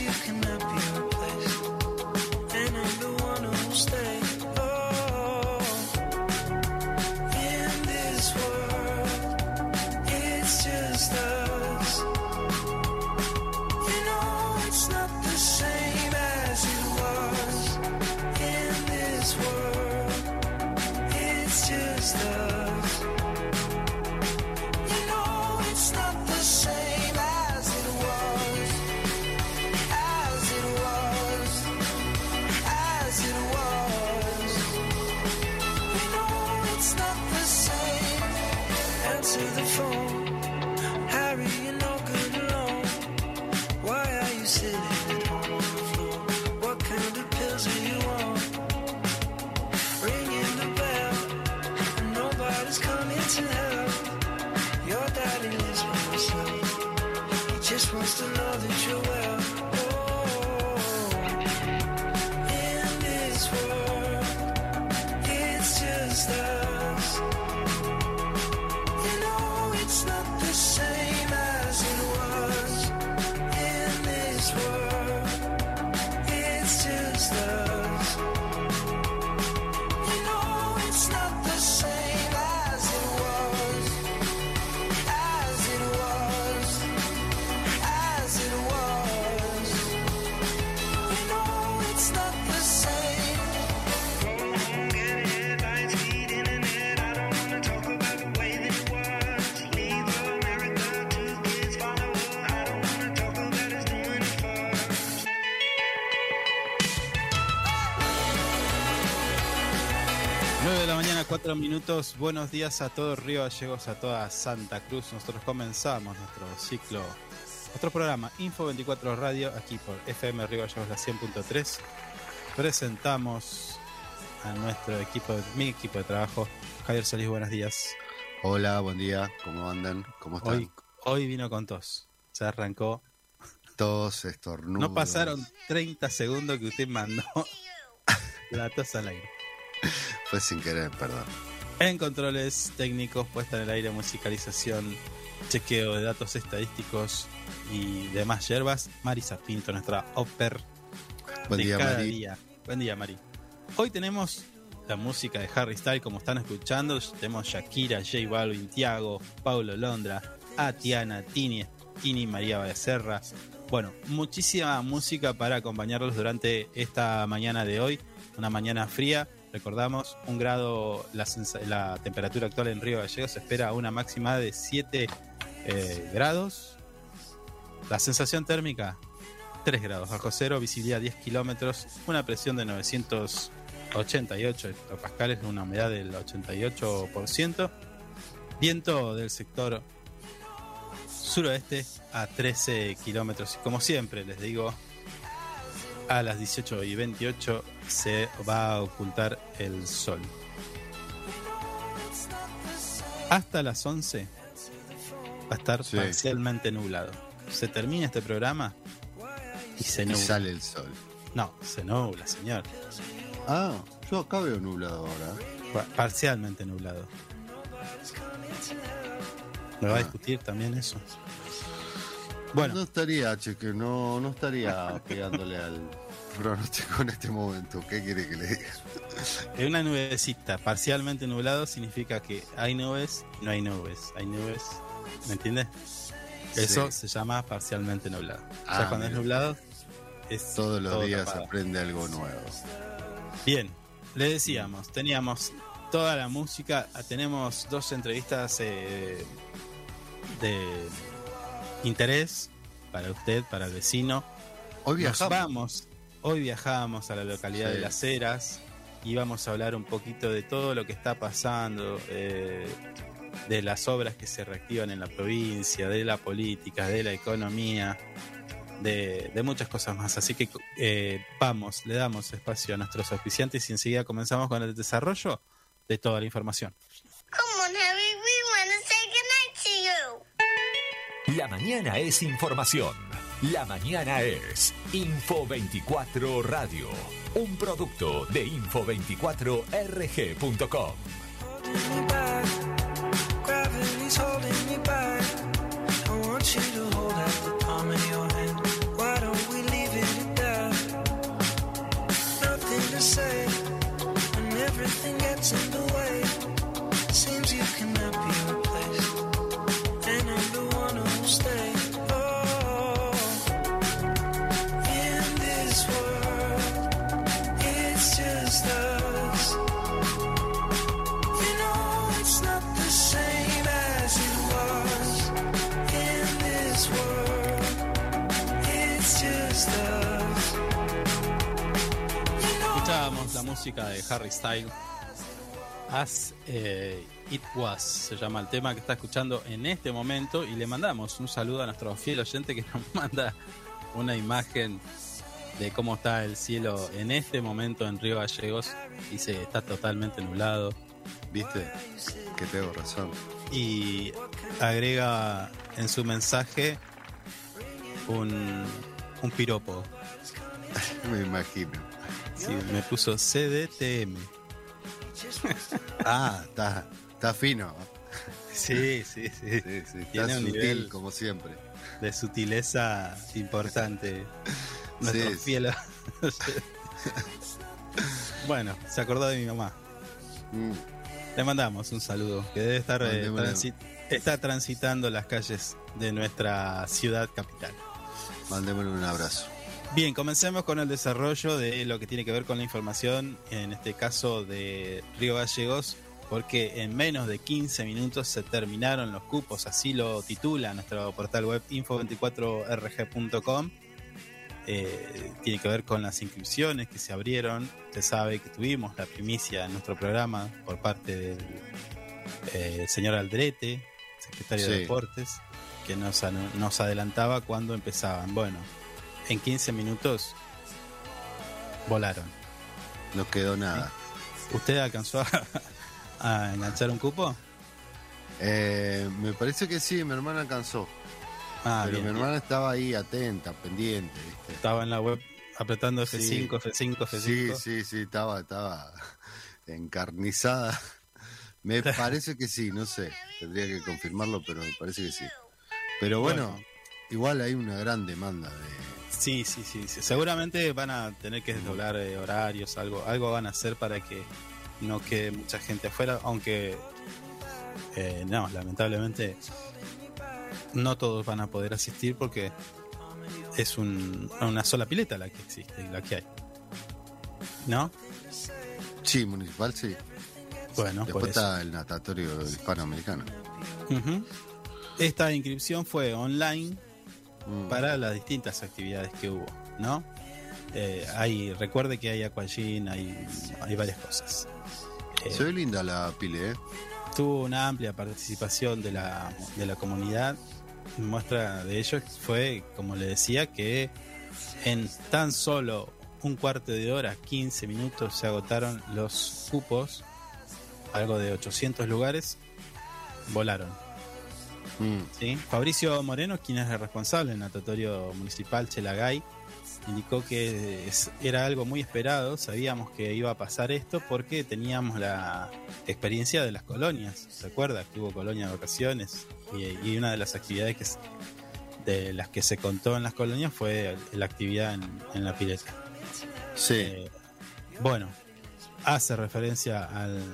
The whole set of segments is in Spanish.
Minutos, buenos días a todos Río Gallegos, a toda Santa Cruz. Nosotros comenzamos nuestro ciclo, nuestro programa Info 24 Radio, aquí por FM Río Gallegos, la 100.3. Presentamos a nuestro equipo, mi equipo de trabajo. Javier Solís, buenos días. Hola, buen día, ¿cómo andan? ¿Cómo están? Hoy vino con tos, se arrancó. Tos, estornudos. No pasaron 30 segundos que usted mandó la tos al aire. Fue sin querer, perdón. En controles técnicos, puesta en el aire, musicalización, chequeo de datos estadísticos y demás yerbas, Marisa Pinto, nuestra Oper Buen día, cada Mari. día. Buen día, Mari. Hoy tenemos la música de Harry Styles, como están escuchando. Tenemos Shakira, J Balvin, Tiago, Paulo Londra, Atiana, Tini, María Becerra. Bueno, muchísima música para acompañarlos durante esta mañana de hoy. Una mañana fría. Recordamos, 1 grado la temperatura actual en Río Gallegos. Se espera una máxima de 7 grados. La sensación térmica, 3 grados bajo cero. Visibilidad 10 kilómetros. Una presión de 988 hectopascales. Una humedad del 88%. Viento del sector suroeste a 13 kilómetros. Y como siempre les digo, a las 18:28 se va a ocultar el sol. Hasta las 11 va a estar parcialmente nublado. Se termina este programa y se nubla. Y sale el sol. No, se nubla, señor. Ah, yo acá veo nublado ahora. Parcialmente nublado. ¿Me va a discutir también eso? Bueno. No estaría, no estaría pegándole al pronóstico en este momento. ¿Qué quiere que le diga? Es una nubecita, parcialmente nublado significa que hay nubes y no hay nubes. Hay nubes, ¿me entiendes? Eso se llama parcialmente nublado. O sea, cuando es nublado, es todos los todo días tapado. aprende algo nuevo. Bien, le decíamos, teníamos toda la música, tenemos 2 entrevistas de interés para usted, para el vecino. Hoy viajamos. Hoy viajamos a la localidad de Las Heras y vamos a hablar un poquito de todo lo que está pasando, de las obras que se reactivan en la provincia, de la política, de la economía, de muchas cosas más. Así que le damos espacio a nuestros auspiciantes y enseguida comenzamos con el desarrollo de toda la información. Come on, Harry, we want to say goodnight to you. La mañana es información. La mañana es Info 24 Radio, un producto de info24rg.com. Escuchábamos la música de Harry Styles. As It Was se llama el tema que está escuchando en este momento, y le mandamos un saludo a nuestro fiel oyente que nos manda una imagen de cómo está el cielo en este momento en Río Gallegos. Dice, está totalmente nublado. ¿Viste? Que tengo razón. Y agrega en su mensaje un piropo. Me imagino. Sí, me puso CDTM. Ah, está fino. Sí. Sí, está Tiene un sutil, nivel como siempre. de sutileza importante. Nuestro Sí. fiel. Bueno, se acordó de mi mamá. Mm, Le mandamos un saludo, que debe estar Mandémosle- está transitando las calles de nuestra ciudad capital. Mandémosle un abrazo. Bien, comencemos con el desarrollo de lo que tiene que ver con la información, en este caso de Río Gallegos, porque en menos de 15 minutos se terminaron los cupos, así lo titula nuestro portal web info24rg.com. Tiene que ver con las inscripciones que se abrieron. Se sabe que tuvimos la primicia en nuestro programa por parte del señor Aldrete, secretario de Sí. Deportes, que nos adelantaba cuándo empezaban. Bueno, en 15 minutos volaron. No quedó nada. ¿Usted alcanzó a enganchar un cupo? Me parece que sí, mi hermana alcanzó. Ah, pero bien, mi hermana estaba ahí atenta, pendiente, ¿viste? estaba en la web apretando F5, Sí. F5, F5. Sí, estaba encarnizada. Me parece que sí, no sé. Tendría que confirmarlo, pero me parece que sí. Pero bueno, igual hay una gran demanda de... Sí. Seguramente van a tener que desdoblar horarios, algo van a hacer para que no quede mucha gente afuera, aunque no, lamentablemente no todos van a poder asistir porque es una sola pileta la que existe, la que hay. ¿No? Sí, municipal, sí. Bueno, Después por eso. está el natatorio hispanoamericano. Ujú. Esta inscripción fue online Mm. para las distintas actividades que hubo, ¿no? Recuerde que hay aquagym, hay varias cosas. Se ve linda la pile, ¿eh? Tuvo una amplia participación de la comunidad. Muestra de ello fue, como le decía, que en tan solo un cuarto de hora, 15 minutos, se agotaron los cupos. Algo de 800 lugares volaron. ¿Sí? Fabricio Moreno, quien es el responsable del natatorio municipal Chelagay, indicó que era algo muy esperado. Sabíamos que iba a pasar esto porque teníamos la experiencia de las colonias. ¿Se acuerda que hubo colonia de vacaciones? Y una de las actividades de las que se contó en las colonias fue la actividad en la pileta. Sí. Bueno, hace referencia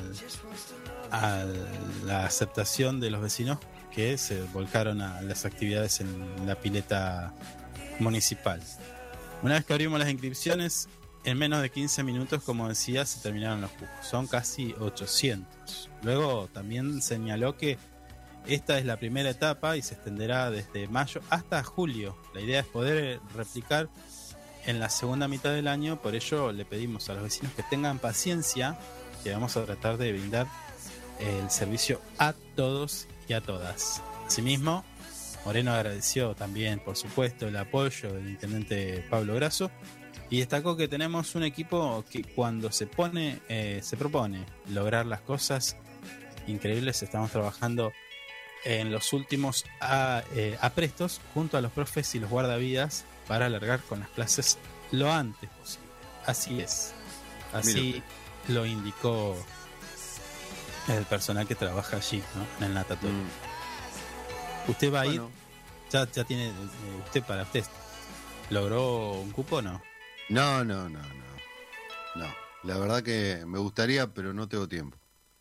a la aceptación de los vecinos que se volcaron a las actividades en la pileta municipal. Una vez que abrimos las inscripciones, en menos de 15 minutos, como decía, se terminaron los cupos. Son casi 800. Luego también señaló que esta es la primera etapa y se extenderá desde mayo hasta julio. La idea es poder replicar en la segunda mitad del año. Por ello le pedimos a los vecinos que tengan paciencia, que vamos a tratar de brindar el servicio a todos y a todas. Asimismo, Moreno agradeció también, por supuesto, el apoyo del intendente Pablo Grasso y destacó que tenemos un equipo que cuando se propone lograr las cosas increíbles. Estamos trabajando en los últimos aprestos junto a los profes y los guardavidas para alargar con las clases lo antes posible. Así es. Así lo indicó el personal que trabaja allí, ¿no? En el natatorio. ¿Usted va a ir? Ya tiene para usted. ¿Logró un cupo o no? No. La verdad que me gustaría, pero no tengo tiempo.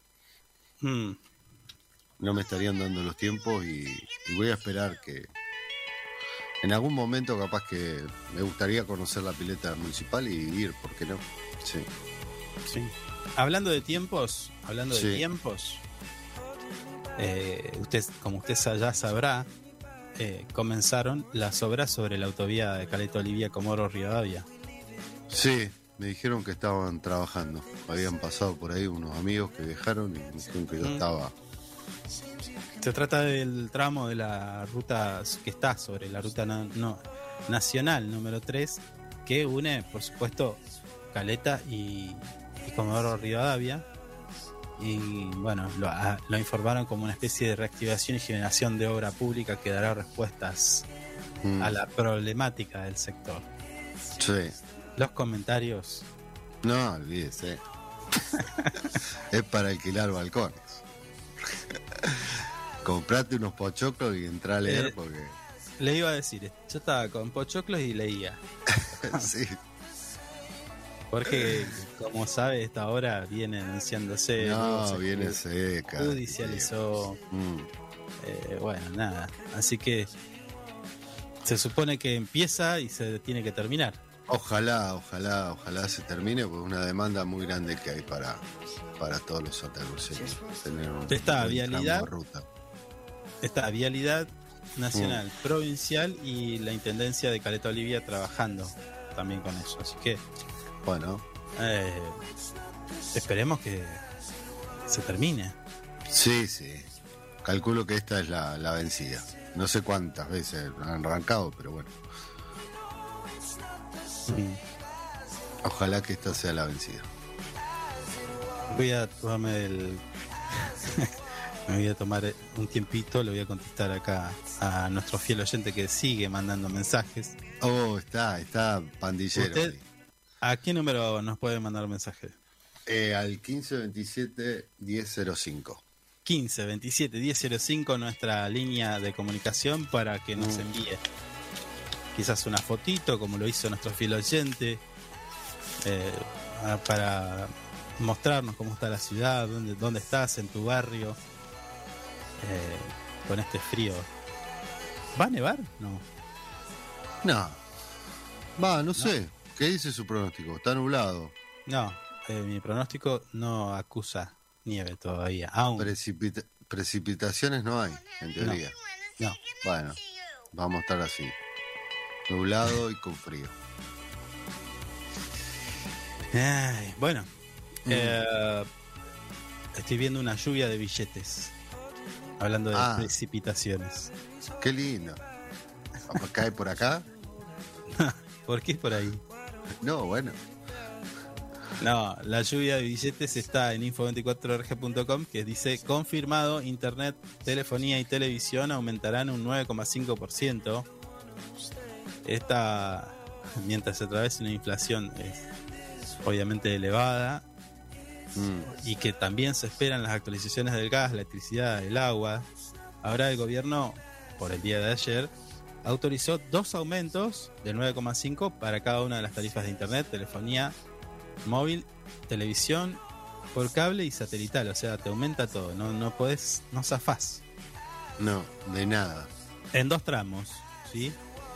No me estarían dando los tiempos y voy a esperar que en algún momento capaz que me gustaría conocer la pileta municipal y ir, ¿por qué no? Sí. Hablando de tiempos, Sí. como usted ya sabrá, comenzaron las obras sobre la autovía de Caleta Olivia, Comodoro Rivadavia. Sí, me dijeron que estaban trabajando. Habían pasado por ahí unos amigos que viajaron y me dijeron que yo estaba. Se trata del tramo de la ruta que está sobre la ruta nacional número 3, que une, por supuesto, Caleta y Comodoro Rivadavia. Y bueno, lo informaron como una especie de reactivación y generación de obra pública que dará respuestas a la problemática del sector. Sí. Los comentarios. No, olvídese. Es para alquilar balcones. Comprate unos pochoclos y entrá a leer porque... Le iba a decir, yo estaba con pochoclos y leía. Sí. Porque, como sabe, esta hora viene anunciándose. No, viene seca. Judicializó. Bueno, nada. Así que se supone que empieza y se tiene que terminar. Ojalá se termine, porque es una demanda muy grande que hay para todos los santaluceños. Tener Esta un vialidad, tramo de ruta. esta vialidad nacional, provincial y la Intendencia de Caleta Olivia trabajando también con eso. Así que bueno, esperemos que se termine. Sí. Calculo que esta es la vencida. No sé cuántas veces han arrancado, pero bueno. Ojalá que esta sea la vencida. Voy a tomarme me voy a tomar un tiempito, le voy a contestar acá a nuestro fiel oyente que sigue mandando mensajes. Oh, está pandillero. ¿Usted a qué número nos puede mandar mensajes? Al 1527 1005. 1527 1005, nuestra línea de comunicación para que nos envíe quizás una fotito, como lo hizo nuestro fiel oyente, para mostrarnos cómo está la ciudad, dónde estás, en tu barrio, con este frío. ¿Va a nevar? No sé. ¿Qué dice su pronóstico? ¿Está nublado? No, mi pronóstico no acusa nieve todavía, aún. Precipitaciones no hay, en teoría. No. Bueno, vamos a estar así. Nublado y con frío. Ay, bueno, estoy viendo una lluvia de billetes. Hablando de precipitaciones. Qué lindo. ¿Cae por acá? ¿Por qué por ahí? No, bueno. No, la lluvia de billetes está en info24rg.com, que dice: confirmado, internet, telefonía y televisión aumentarán un 9,5%. Esta, mientras se atraviesa una inflación obviamente elevada, y que también se esperan las actualizaciones del gas, la electricidad, el agua. Ahora el gobierno, por el día de ayer, autorizó 2 aumentos del 9,5 para cada una de las tarifas de internet, telefonía móvil, televisión por cable y satelital. O sea, te aumenta todo, no zafás. No, de nada. En 2 tramos, ¿sí?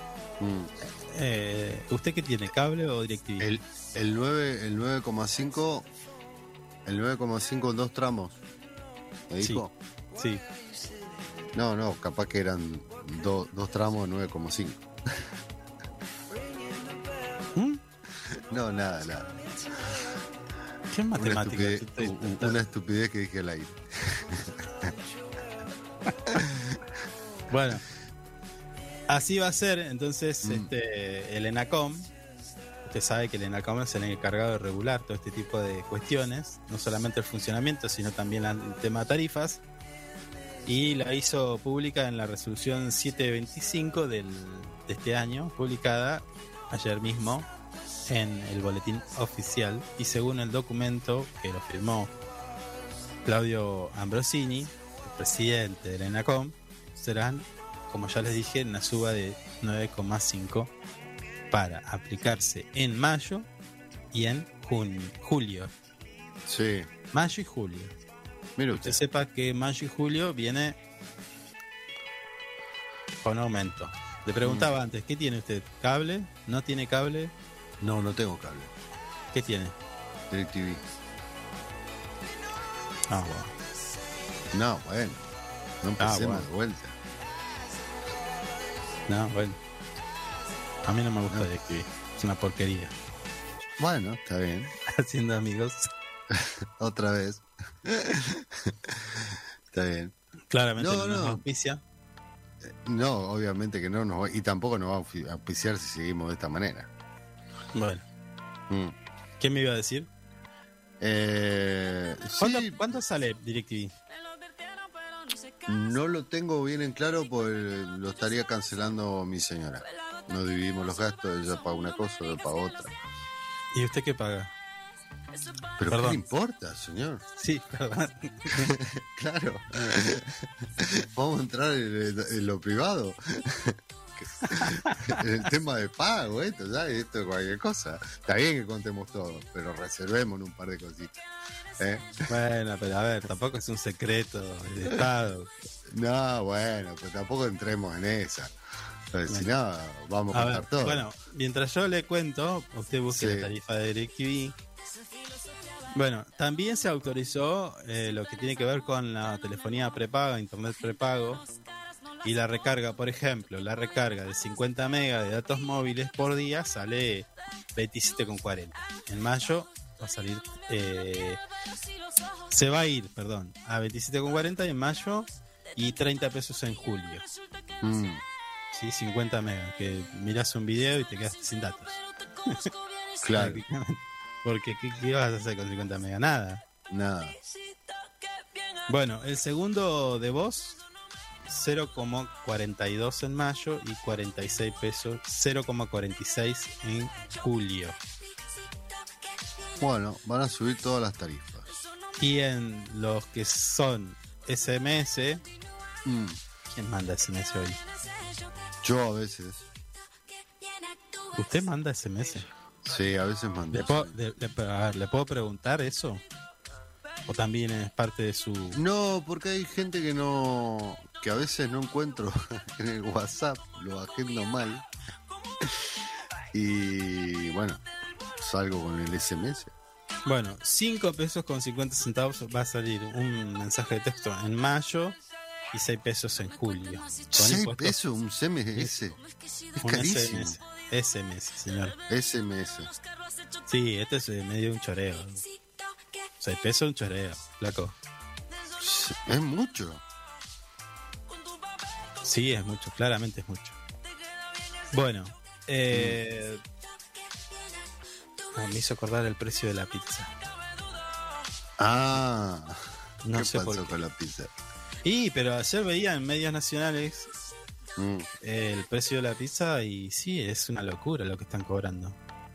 ¿Usted qué tiene, cable o DirecTV? El 9,5 en 2 tramos, ¿me dijo? Sí. No, capaz que eran 2 tramos de 9,5. No, nada. ¿Qué matemática? Una estupidez que dije al aire. Bueno, así va a ser. Entonces, el ENACOM, usted sabe que el ENACOM es el encargado de regular todo este tipo de cuestiones, no solamente el funcionamiento, sino también el tema de tarifas, y la hizo pública en la resolución 725 de este año, publicada ayer mismo en el boletín oficial. Y según el documento que lo firmó Claudio Ambrosini, el presidente del ENACOM, serán, como ya les dije, una suba de 9,5 para aplicarse en mayo y en julio. Sí. Mayo y julio. Mire usted sepa que mayo y julio viene con aumento. Le preguntaba antes, ¿qué tiene usted? ¿Cable? ¿No tiene cable? No tengo cable. ¿Qué tiene? DirecTV. Bueno. No empecemos de vuelta. No, bueno. A mí no me gusta DirecTV. Es una porquería. Bueno, está bien. Haciendo amigos. Otra vez. Está bien. Claramente No, no nos no. auspicia. No, obviamente que no nos va, y tampoco nos va a auspiciar si seguimos de esta manera. Bueno. Mm. ¿Qué me iba a decir? Sí, ¿Cuándo sale DirecTV? no lo tengo bien en claro, pues lo estaría cancelando mi señora. No dividimos los gastos, ella paga una cosa, yo pago otra. ¿Y usted qué paga? Pero Perdón. ¿qué le importa, señor? Sí, perdón. Claro. Vamos a entrar en lo privado. En el tema de pago, esto es cualquier cosa. Está bien que contemos todo, pero reservemos un par de cositas. ¿Eh? Bueno, pero a ver, tampoco es un secreto de Estado. No, bueno, pero tampoco entremos en esa. Pues, si no, vamos a A contar ver, todo. bueno, mientras yo le cuento, usted busque Sí. la tarifa de DirecTV. Bueno, también se autorizó lo que tiene que ver con la telefonía prepaga, internet prepago y la recarga. Por ejemplo, la recarga de 50 megas de datos móviles por día sale 27,40. En mayo va a salir, se va a ir, perdón, a 27,40 en mayo y 30 pesos en julio. Mm, Sí, 50 megas, que miras un video y te quedas sin datos. claro, Porque ¿qué vas a hacer con 50 megas? Nada. nada. Bueno, el segundo de voz, 0,42 en mayo y 46 pesos, 0,46 en julio. Bueno, van a subir todas las tarifas. Y en los que son SMS, Mm, ¿quién manda SMS hoy? yo a veces, ¿Usted manda SMS? sí, a veces mando. A ver, ¿le puedo preguntar eso? ¿O también es parte de su...? No, porque hay gente que a veces no encuentro en el WhatsApp, lo agendo mal. Y bueno, salgo con el SMS. Bueno, 5 pesos con 50 centavos va a salir un mensaje de texto en mayo y 6 pesos en julio. Con 6 impuestos, pesos un SMS. Es un carísimo. SMS, señor. SMS. Sí, este es medio un choreo. 6 pesos un choreo, flaco. Es mucho. Sí, es mucho, claramente es mucho. Bueno, me hizo acordar el precio de la pizza. Ah, No ¿qué sé pasó por qué. con la pizza? Pero ayer veía en medios nacionales Mm, el precio de la pizza y sí, es una locura lo que están cobrando.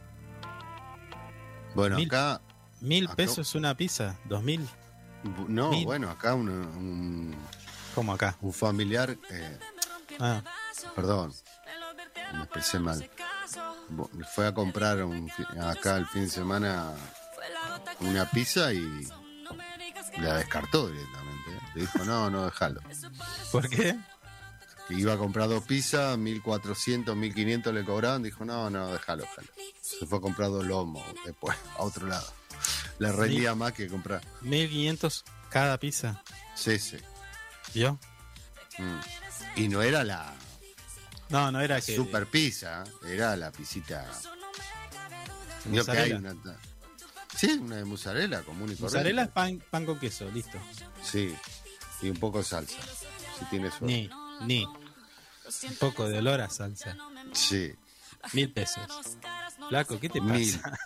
Bueno, 1000. acá 1.000 Acá- pesos una pizza, 2.000, no, 1000. bueno, acá un como acá. familiar, Ah, perdón, me expresé mal. Fue a comprar acá el fin de semana una pizza y la descartó directamente. Le dijo, no, déjalo. ¿por qué? Que iba a comprar 2 pizzas, 1.400, 1.500 le cobraban. Dijo, no, déjalo. Se fue a comprar 2 lomos después, a otro lado. Le rendía más que comprar. 1.500 cada pizza, Sí. ¿vio? Mm. Y no era la No era que... super pizza, era la pisita. Vio que hay mozzarella. Sí, una de mozzarella común y corriente. Mozzarella es pan con queso, listo. Sí, y un poco de salsa, si tienes suerte. Ni. Un poco de olor a salsa. Sí, 1.000 pesos. Flaco, ¿qué te 1000. pasa?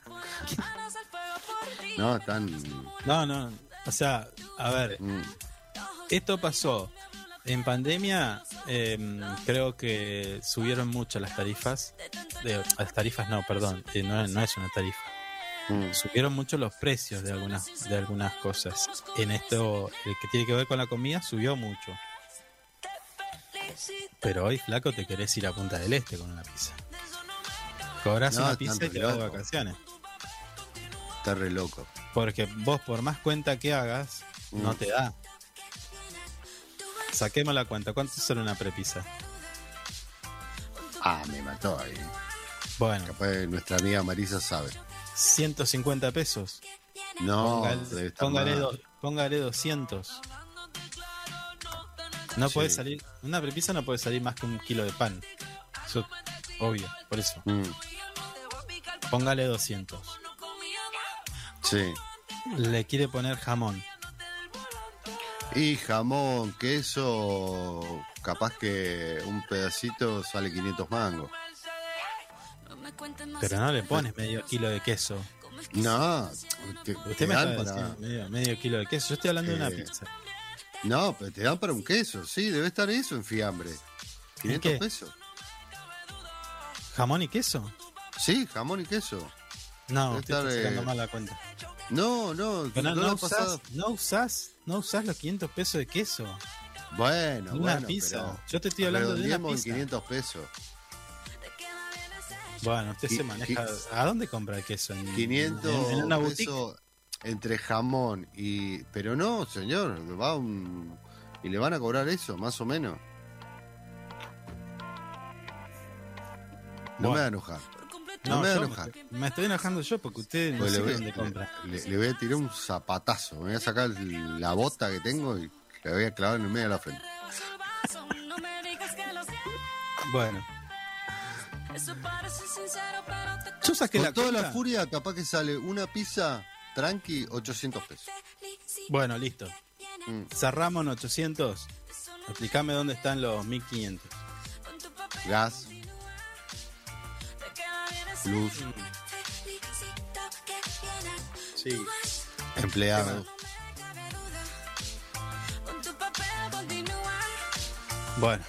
No, tan... No. O sea, a ver, esto pasó en pandemia. Creo que subieron mucho las tarifas. Las tarifas no, perdón, no es una tarifa. Subieron mucho los precios de algunas cosas. En esto, el que tiene que ver con la comida, subió mucho. Pero hoy, flaco, te querés ir a Punta del Este con una pizza. Cobrás No, una pizza tanto y te vas de loco. vacaciones. Está re loco. Porque vos, por más cuenta que hagas, no te da. Saquemos la cuenta. ¿Cuánto sale una prepizza? Ah, me mató ahí. Bueno, Capaz nuestra amiga Marisa sabe. 150 pesos. No, debe estar más. Póngale 200. No Sí. puede salir, una prepizza no puede salir más que 1 kilo de pan. Eso, obvio, por eso. Póngale 200. Sí. Le quiere poner jamón. Y jamón, queso, capaz que un pedacito sale 500 mangos. Pero no le pones medio kilo de queso. No, Usted me dan está diciendo medio kilo de queso. Yo estoy hablando de una pizza. No, pero te dan para un queso, sí, debe estar eso en fiambre. 500 qué? pesos. ¿Jamón y queso? Sí, jamón y queso. No, Debe usted está estar, sacando mal la cuenta. No, Pero no pasado. no usás los 500 pesos de queso. Bueno, Una bueno, pizza. pero Yo te estoy hablando de una redondeemos en pizza. 500 pesos. Bueno, usted se Qui- maneja. ¿A dónde compra el queso? 500 ¿En una boutique? pesos entre jamón y... Pero no, señor, y le van a cobrar eso, más o menos. No Bueno. me va a enojar. No, me va a yo enojar. me estoy enojando yo porque usted no Pues sé le, voy, dónde compra. le voy a tirar un zapatazo. Me voy a sacar la bota que tengo y le voy a clavar en el medio de la frente. Bueno. Yo saqué Con la toda cuenta. la furia, capaz que sale una pizza tranqui, 800 pesos. Bueno, listo. Mm. Cerramos en 800. Explícame dónde están los 1500. Gas, luz, Sí. empleados. Bueno.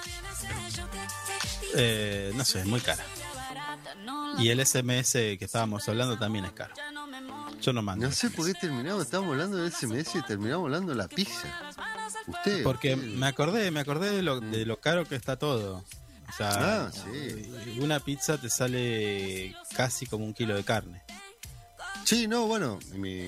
No sé, es muy cara. Y el SMS que estábamos hablando también es caro. Yo no mando. No sé por qué estábamos hablando del SMS y terminamos hablando de la pizza. Usted. Porque usted- me acordé de lo caro que está todo. O sea, sí. una pizza te sale casi como 1 kilo de carne. Sí, no, bueno,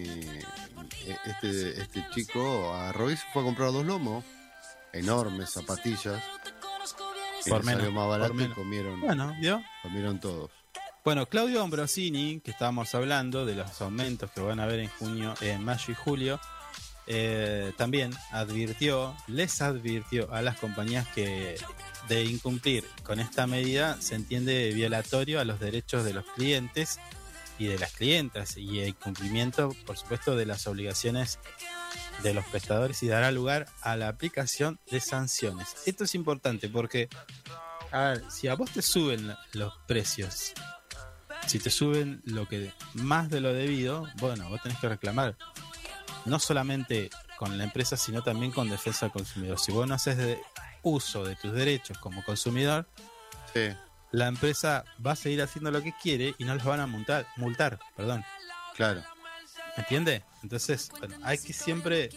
este chico a Royce fue a comprar 2 lomos, enormes zapatillas, y Por le salió menos, más barato por y menos. comieron, Bueno, ¿vio? comieron todos. Bueno, Claudio Ambrosini, que estábamos hablando de los aumentos que van a haber en mayo y julio, también les advirtió a las compañías que de incumplir con esta medida se entiende violatorio a los derechos de los clientes y de las clientas y el cumplimiento, por supuesto, de las obligaciones de los prestadores y dará lugar a la aplicación de sanciones. Esto es importante porque, a ver, si a vos te suben los precios, si te suben lo que más de lo debido, bueno, vos tenés que reclamar. No solamente con la empresa, sino también con defensa del consumidor. Si vos no haces uso de tus derechos como consumidor, Sí, la empresa va a seguir haciendo lo que quiere y no los van a multar, perdón. claro. ¿Entiende? Entonces, bueno, hay que siempre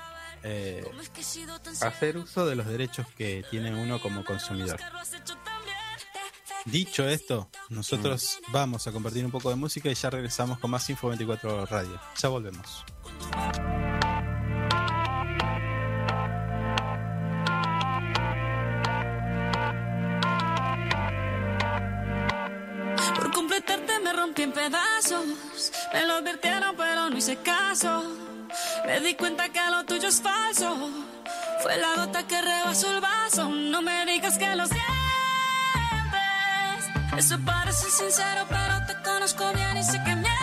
hacer uso de los derechos que tiene uno como consumidor. Dicho esto, nosotros vamos a compartir un poco de música y ya regresamos con más Info 24 Radio. Ya volvemos. Por completarte me rompí en pedazos. Me lo advirtieron pero no hice caso. Me di cuenta que lo tuyo es falso. Fue la gota que rebasó el vaso. No me digas que lo sientes. Eso parece sincero pero te conozco bien y sé que mientes.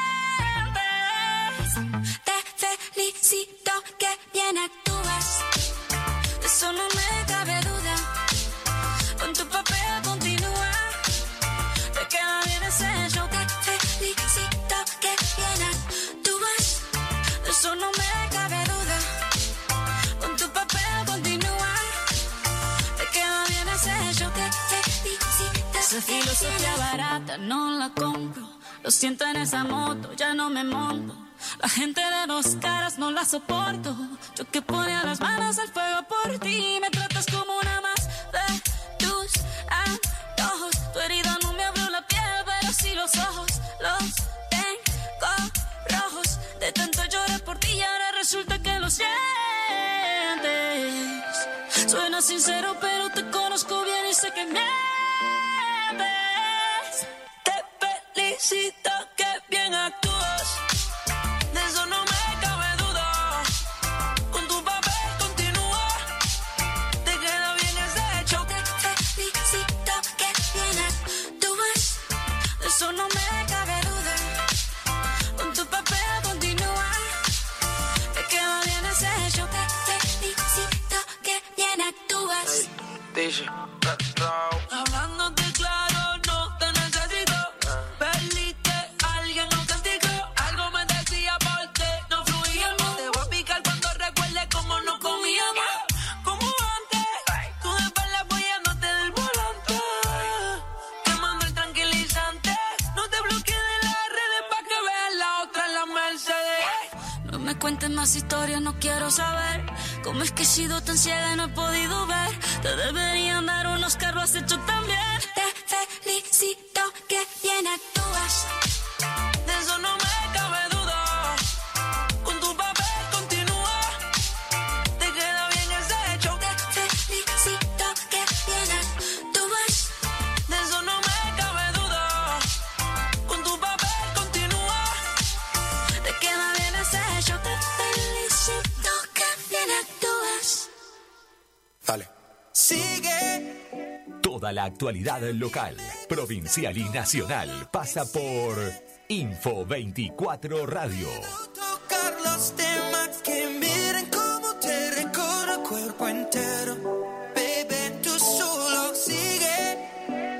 Te felicito que bien actúas. De eso no me cabe duda. Con tu papel continúa. Te queda bien ese show. Te felicito que bien actúas. De eso no me cabe duda. Con tu papel continúa. Te queda bien ese show. Te felicito. Esa filosofía barata no la compro. Lo siento en esa moto, ya no me monto. La gente de 2 caras no la soporto. Yo que ponía las manos al fuego por ti. Me tratas como una más de tus antojos. Tu herida no me abrió la piel, pero sí los ojos. Los tengo rojos. De tanto llorar por ti y ahora resulta que lo sientes. Suena sincero, pero te conozco bien y sé que mientes. Te felicito que bien actúas. De eso no me cabe duda. Con tu papel continúa. dice. Hablándote claro, no te necesito. Perdiste, alguien nos castigó. Algo me decía por qué no fluíamos. Te voy a picar cuando recuerde cómo nos comíamos. Como antes, tú de espalda apoyándote del volante. Quemando el tranquilizante. No te bloquees de las redes pa' que veas la otra en la Mercedes. No me cuentes más historias, no quiero saber. ¿Cómo es que he sido tan ciega y no he podido ver? Te deberían dar un Oscar, lo has hecho tan bien. Te felicito, que bien actúas. De eso no me cabe duda. Con tu papel continúa. Te queda bien ese hecho. Te felicito, que bien actúas. De eso no me cabe duda. Con tu papel continúa. Te queda bien ese hecho. Te felicito, que bien actúas. Dale. Sigue. Toda la actualidad local, provincial y nacional pasa por Info 24 Radio. Tocar los temas que miren cómo te recorre el cuerpo entero. Baby, tú solo sigue.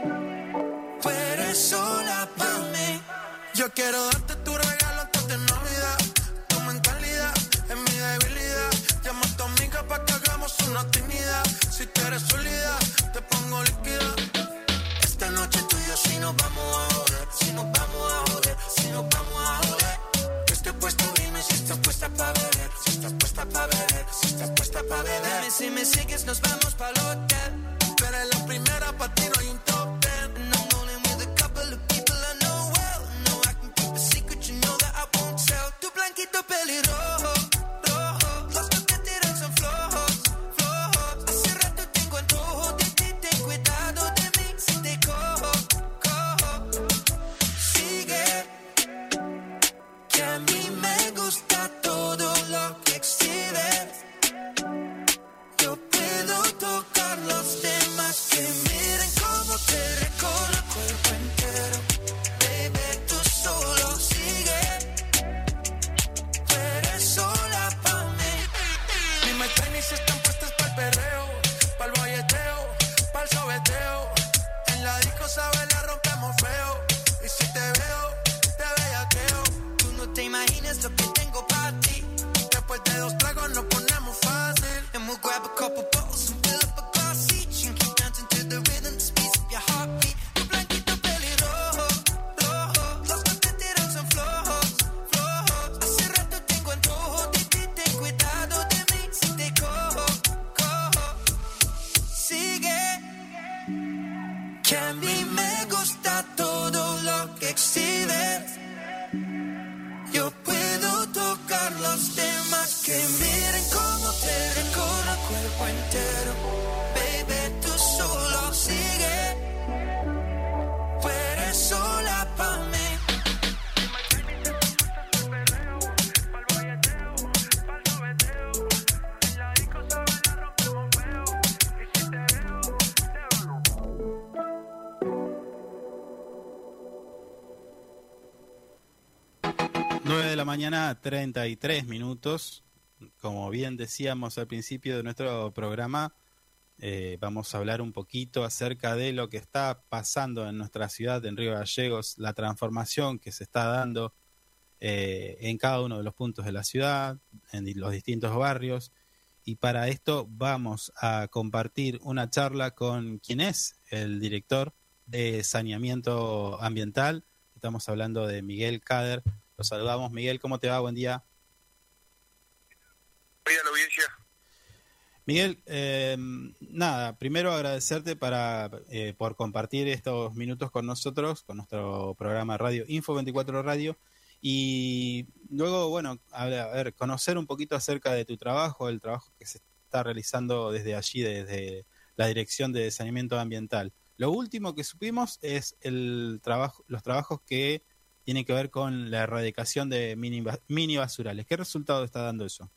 Tú eres sola para mí. Yo quiero darte tu regalo antes de Navidad. Tu mentalidad es mi debilidad. Llama a tu amiga para que hagamos una actividad. Si tú eres sólida, te pongo líquida. Esta noche tú y yo si nos vamos a joder. Si nos vamos a joder, si nos vamos a joder. Yo estoy puesto, dime si estás puesta pa' beber. Si estás puesta pa' beber, si estás puesta pa' beber. Dime si me sigues, nos vamos pa'l hotel. Tú eres la primera, pa' ti no hay un top ten. And I'm rolling with a couple of people I know well. No, I can keep a secret, you know that I won't tell. Tu blanquito pelirrojo, rojo. Los que te tiran son flojos, flojos. Hace rato tengo antojo de ti, ten cuidado de mí. Si te cojo, cojo. Sigue, que a mí me gusta todo lo que exhibes. Yo puedo tocar los temas que miren cómo te recorre el cuerpo entero. Baby, tú solo sigue. Tú eres sola pa' mí. Mis tenis están puestas pa'l perreo, pa'l bolleteo, pa'l sobeteo. En la disco, sabes, la rompemos feo. Y si te veo, te bellaqueo. Tú no te imaginas lo que tengo para ti. Después de 2 tragos nos ponemos fácil. And we'll grab a couple bottles and fill up a glass each. And keep dancing to the rhythm, the speed of your heartbeat. Tu blanquito pelirrojo, rojo. Los que te tiran son flojos, flojos. Hace rato tengo antojo de ti, ten cuidado de mí. Si te cojo, cojo. Sigue, que a mí me gusta todo lo que exhibes. Yo puedo tocar los temas que miren cómo te recorre el cuerpo entero. Baby, tú solo sigue. Tú eres sola pa' mí. Nueve de la mañana, 33 minutos. Como bien decíamos al principio de nuestro programa, vamos a hablar un poquito acerca de lo que está pasando en nuestra ciudad, en Río Gallegos, la transformación que se está dando en cada uno de los puntos de la ciudad, en los distintos barrios. Y para esto vamos a compartir una charla con quien es el director de saneamiento ambiental. Estamos hablando de Miguel Kader. Los saludamos. Miguel, ¿cómo te va? Buen día. Buen día a la audiencia. Miguel, nada, primero agradecerte por compartir estos minutos con nosotros, con nuestro programa de radio Info 24 Radio, y luego, bueno, a ver, conocer un poquito acerca de tu trabajo, el trabajo que se está realizando desde allí, desde la Dirección de Saneamiento Ambiental. Lo último que supimos es los trabajos que tienen que ver con la erradicación de mini basurales. ¿Qué resultado está dando eso?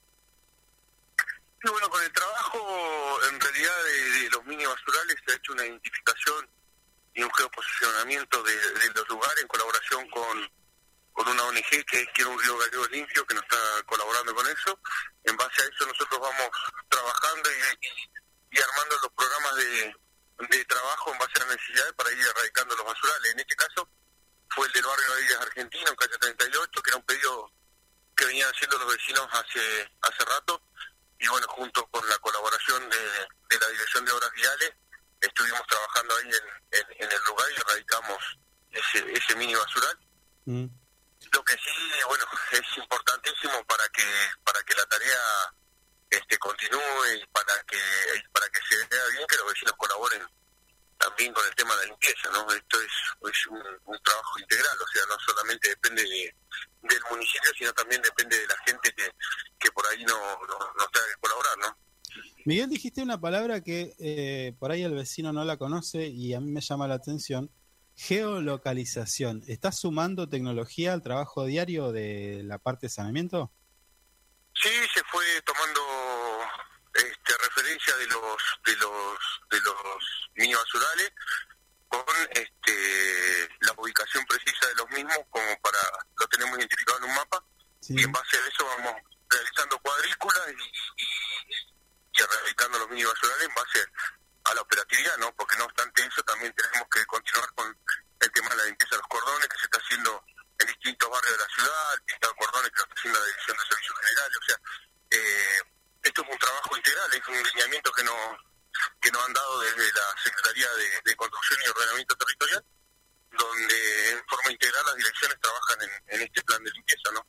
Sí, bueno, con el trabajo en realidad de los mini basurales se ha hecho una identificación y un geoposicionamiento de los lugares en colaboración con una ONG que es Quiero un Río Gallego Limpio, que nos está colaborando con eso. En base a eso nosotros vamos trabajando y y armando los programas de trabajo en base a las necesidades para ir erradicando los basurales. En este caso fue el del barrio de Aires Argentino, en calle 38, que era un pedido que venían haciendo los vecinos hace rato, y bueno, junto con la colaboración de la Dirección de Obras Viales, estuvimos trabajando ahí en el lugar y erradicamos ese mini basural. Lo que sí, bueno, es importantísimo para que la tarea continúe y para que se vea bien, que los vecinos colaboren también con el tema de la limpieza, ¿no? Esto es un trabajo integral, o sea, no solamente depende del municipio, sino también depende de la gente que por ahí no tenga que colaborar, ¿no? Miguel, dijiste una palabra que por ahí el vecino no la conoce y a mí me llama la atención: geolocalización. ¿Estás sumando tecnología al trabajo diario de la parte de saneamiento? Sí, se fue tomando referencia de los mini basurales con la ubicación precisa de los mismos, como lo tenemos identificado en un mapa, sí. Y en base a eso vamos realizando cuadrículas y erradicando los mini basurales en base a la operatividad, ¿no? Porque no obstante eso también tenemos que continuar con el tema de la limpieza de los cordones que se está haciendo en distintos barrios de la ciudad, el pintado de cordones que lo está haciendo la Dirección de Servicios Generales, o sea, esto es un trabajo integral, es un lineamiento que nos han dado desde la Secretaría de Construcción y Ordenamiento Territorial, donde en forma integral las direcciones trabajan en este plan de limpieza, ¿no?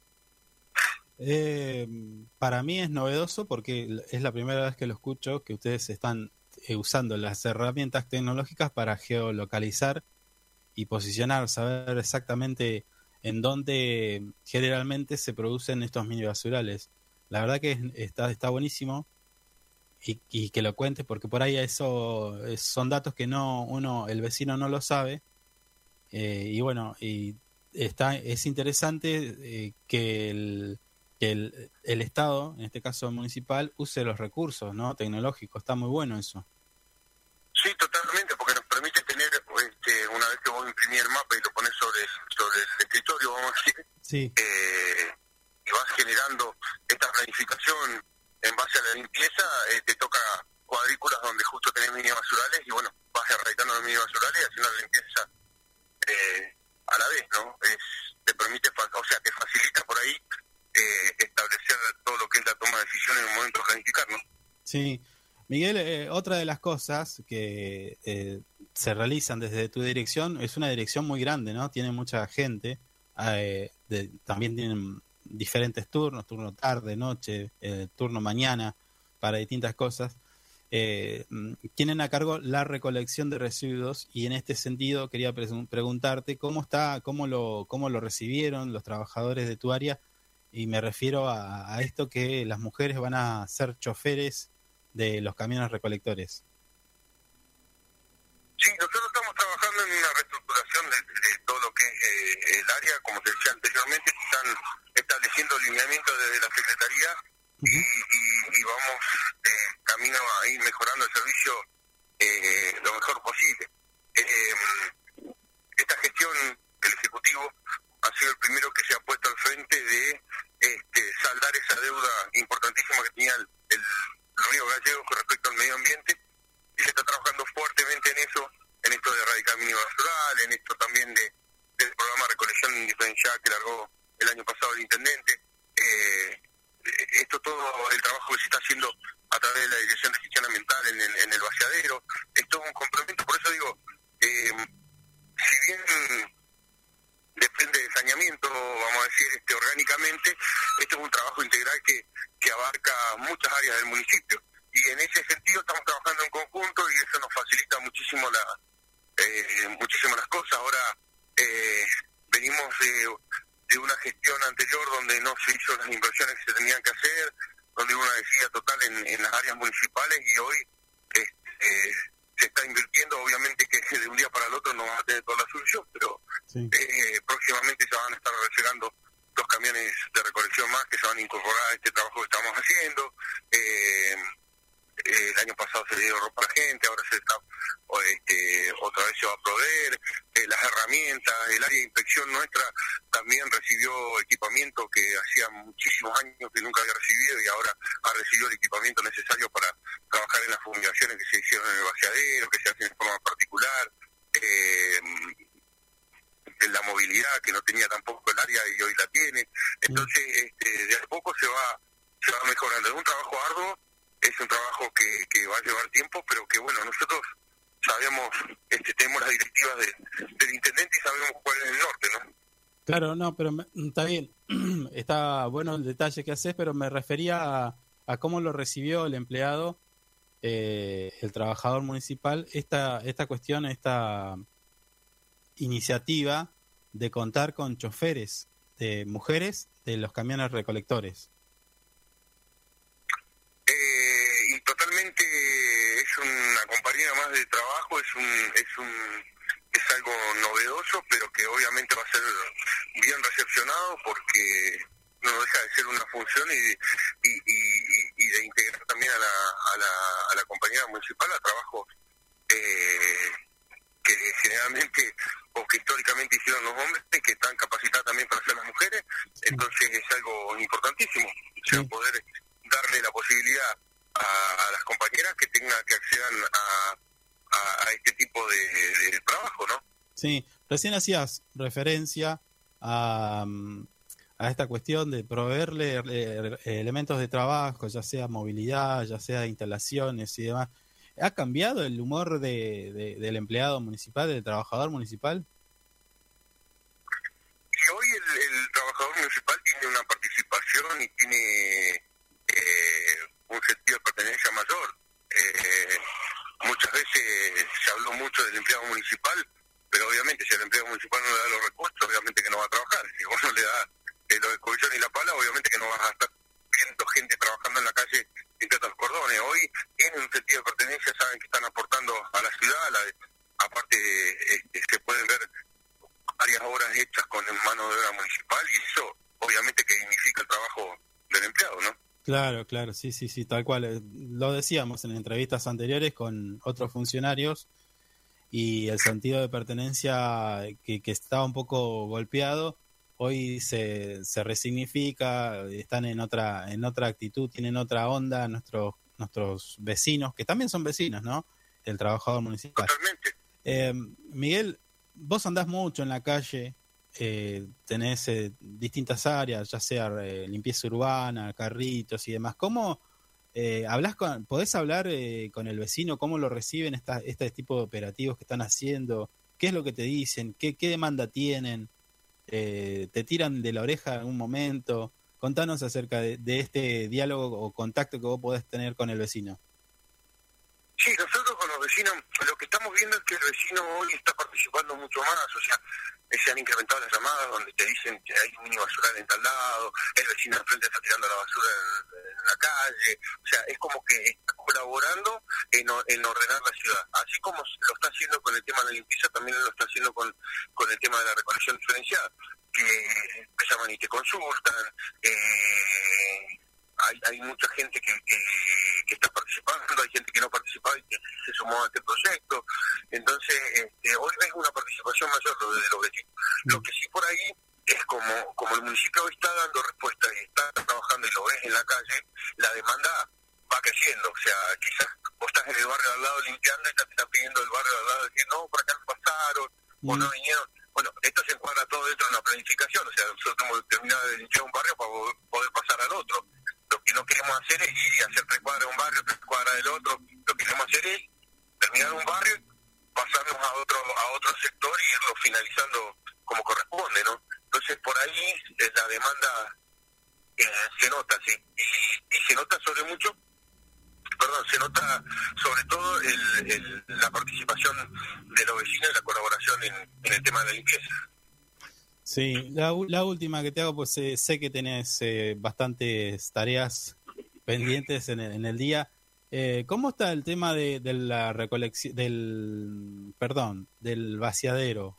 Para mí es novedoso porque es la primera vez que lo escucho, que ustedes están usando las herramientas tecnológicas para geolocalizar y posicionar, saber exactamente en dónde generalmente se producen estos mini basurales. La verdad que está buenísimo y que lo cuentes, porque por ahí eso son datos que el vecino no lo sabe, y bueno, es interesante que el Estado, en este caso municipal, use los recursos, ¿no? Tecnológicos. Está muy bueno eso. Sí, totalmente, porque nos permite tener, una vez que vos imprimís el mapa y lo pones sobre el escritorio, vamos a decir, sí. Y vas generando esta planificación en base a la limpieza, te toca cuadrículas donde justo tenés mini basurales y bueno, vas erradicando los mini basurales y haciendo la limpieza a la vez, ¿no? Te permite, o sea, te facilita por ahí establecer todo lo que es la toma de decisiones en un momento de planificar, ¿no? Sí. Miguel, otra de las cosas que se realizan desde tu dirección, es una dirección muy grande, ¿no? Tiene mucha gente, también tienen diferentes turnos, turno tarde, noche, turno mañana, para distintas cosas. Tienen a cargo la recolección de residuos y en este sentido quería preguntarte cómo lo recibieron los trabajadores de tu área, y me refiero a esto que las mujeres van a ser choferes de los camiones recolectores. Sí, nosotros estamos trabajando en una reestructuración de todo lo que es el área, como te decía anteriormente, se están estableciendo lineamientos desde la Secretaría y vamos camino a ir mejorando el servicio lo mejor posible. Esta gestión, el Ejecutivo ha sido el primero que se ha puesto al frente de saldar esa deuda importantísima que tenía el Río Gallegos con respecto al medio ambiente, y se está trabajando fuertemente en eso, en esto de erradicar mini basural, en esto también del programa de recolección indiferenciada que largó el año pasado el intendente. Esto todo el trabajo que se está haciendo a través de la Dirección de Gestión Ambiental en el vaciadero, es todo un complemento. Por eso digo, si bien depende de saneamiento, vamos a decir, orgánicamente, esto es un trabajo integral que abarca muchas áreas del municipio, y en ese sentido estamos trabajando en conjunto y eso nos facilita muchísimo muchísimas las cosas. Ahora venimos de una gestión anterior donde no se hizo las inversiones que se tenían que hacer, donde hubo una desidia total en las áreas municipales, y hoy se está invirtiendo. Obviamente que de un día para el otro no va a tener toda la solución, pero sí. Próximamente se van a estar llegando los camiones de recolección más que se van a incorporar a este trabajo que estamos haciendo. el año pasado se le dio ropa a la gente, ahora se está, otra vez se va a proveer, las herramientas, el área de inspección nuestra también recibió equipamiento que hacía muchísimos años que nunca había recibido y ahora ha recibido el equipamiento necesario para trabajar en las fumigaciones que se hicieron en el vaciadero, que se hacen en forma particular, en la movilidad que no tenía tampoco el área y hoy la tiene. Entonces, de a poco se va mejorando. Es un trabajo arduo, es un trabajo que va a llevar tiempo, pero que bueno, nosotros sabemos, tenemos las directivas del intendente y sabemos cuál es el norte, ¿no? Claro, no, pero está bien, está bueno el detalle que haces, pero me refería a cómo lo recibió el empleado, el trabajador municipal, esta cuestión, esta iniciativa de contar con choferes de mujeres de los camiones recolectores. Y totalmente es una compañera más de trabajo, es algo novedoso, pero que obviamente va a ser bien recepcionado porque no deja de ser una función y de integrar también a la compañera municipal a trabajos que generalmente o que históricamente hicieron los hombres, que están capacitadas también para hacer las mujeres. Entonces es algo importantísimo, o sea, poder darle la posibilidad a las compañeras que accedan a este tipo de trabajo, ¿no? Sí, recién hacías referencia a esta cuestión de proveerle elementos de trabajo, ya sea movilidad, ya sea instalaciones y demás. ¿Ha cambiado el humor del empleado municipal, del trabajador municipal? Y hoy el trabajador municipal tiene una participación y tiene un sentido de pertenencia mayor. Muchas veces se habló mucho del empleado municipal, pero obviamente si el empleado municipal no le da los recursos, obviamente que no va a trabajar. Si vos no le das los escobillones y la pala, obviamente que no vas a estar viendo gente trabajando en la calle entre los cordones. Hoy tienen un sentido de pertenencia, saben que están aportando a la ciudad, aparte se pueden ver varias obras hechas con mano de obra municipal y eso obviamente que dignifica el trabajo del empleado, ¿no? Claro, sí, tal cual. Lo decíamos en entrevistas anteriores con otros funcionarios y el sentido de pertenencia que estaba un poco golpeado, hoy se resignifica, están en otra actitud, tienen otra onda nuestros vecinos, que también son vecinos, ¿no? El trabajador municipal. Totalmente. Miguel, vos andás mucho en la calle, tenés distintas áreas, ya sea limpieza urbana, carritos y demás. ¿Cómo podés hablar con el vecino? ¿Cómo lo reciben este tipo de operativos que están haciendo? ¿Qué es lo que te dicen? ¿Qué demanda tienen? ¿Te tiran de la oreja en un momento? Contanos acerca de este diálogo o contacto que vos podés tener con el vecino. Sí, nosotros con los vecinos, lo que estamos viendo es que el vecino hoy está participando mucho más, o sea, se han incrementado las llamadas donde te dicen que hay un mini basural en tal lado, el vecino de frente está tirando la basura en la calle, o sea, es como que está colaborando en ordenar la ciudad. Así como lo está haciendo con el tema de la limpieza, también lo está haciendo con el tema de la recolección diferenciada, que te llaman y te consultan, hay mucha gente que está participando, hay gente que no participaba y que se sumó a este proyecto. Entonces, hoy ves una participación mayor de los vecinos. Lo que sí por ahí es como el municipio hoy está dando respuesta y está trabajando y lo ves en la calle, la demanda va creciendo. O sea, quizás vos estás en el barrio al lado limpiando y te está pidiendo el barrio al lado decir, no, por acá no pasaron, o no vinieron. Bueno, esto se encuadra todo dentro de una planificación. O sea, nosotros tenemos que terminar de limpiar un barrio para poder pasar al otro. Lo que no queremos hacer es ir y hacer 3 cuadras de un barrio, 3 cuadras del otro. Lo que queremos hacer es terminar un barrio, pasarnos a otro sector y irlo finalizando como corresponde, ¿no? Entonces, por ahí la demanda se nota, sí. Y se nota se nota sobre todo la participación de los vecinos y la colaboración en el tema de la limpieza. Sí, la última que te hago, pues sé que tenés bastantes tareas pendientes en el día. ¿Cómo está el tema de la recolección, del vaciadero?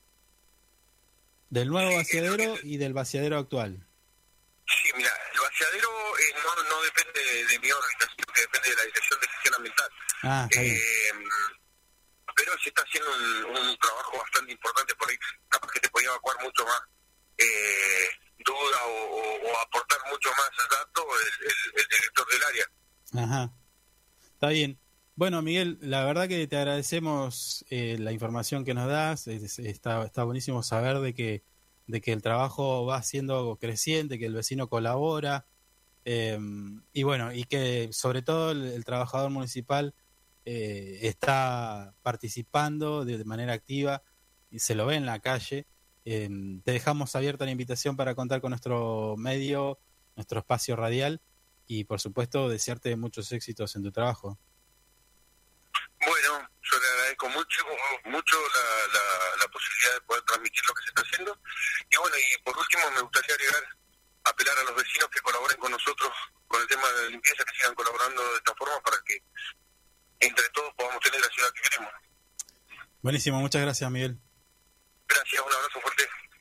Del nuevo vaciadero y del vaciadero actual. Sí, mira, el vaciadero no depende de mi organización, que depende de la Dirección de Gestión Ambiental. Está bien. Pero se está haciendo un trabajo bastante importante por ahí, capaz que te podía evacuar mucho más duda o aportar mucho más datos el director del área. Ajá, está bien. Bueno, Miguel, la verdad que te agradecemos la información que nos das. Está buenísimo saber de que el trabajo va siendo creciente, que el vecino colabora, y bueno, y que sobre todo el trabajador municipal está participando de manera activa y se lo ve en la calle. Te dejamos abierta la invitación para contar con nuestro medio, nuestro espacio radial, y por supuesto desearte muchos éxitos en tu trabajo. Bueno, yo le agradezco mucho la posibilidad de poder transmitir lo que se está haciendo. Y bueno, y por último me gustaría apelar a los vecinos que colaboren con nosotros con el tema de la limpieza, que sigan colaborando de esta forma para que entre todos podamos tener la ciudad que queremos. Buenísimo, muchas gracias, Miguel. Gracias, un abrazo fuerte.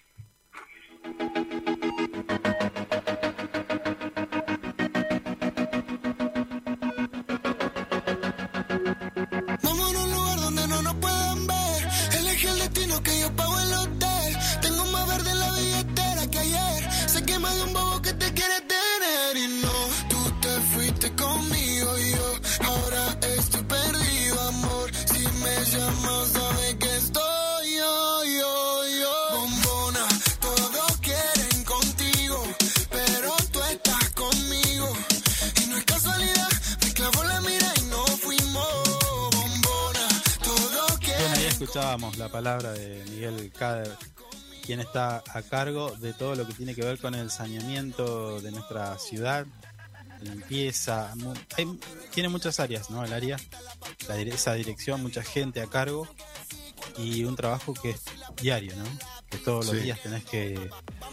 Vamos a un lugar donde no nos puedan ver. Elegí el destino que yo pago el hotel. Tengo más verde en la billetera que ayer. Sé que más de un bobo que te quiere tener. Y no, tú te fuiste conmigo y yo ahora estoy perdido, amor. Si me llamas, sabes que estoy yo. Bombona, todos quieren contigo, pero tú estás conmigo. Y no es casualidad, me clavó la mira y no fuimos. Bombona, todos quieren. Bueno, ahí escuchábamos la palabra de Miguel Cader, quien está a cargo de todo lo que tiene que ver con el saneamiento de nuestra ciudad, limpieza. Tiene muchas áreas, ¿no? El área, esa dirección, mucha gente a cargo, y un trabajo que es diario, ¿no? Que todos los días tenés que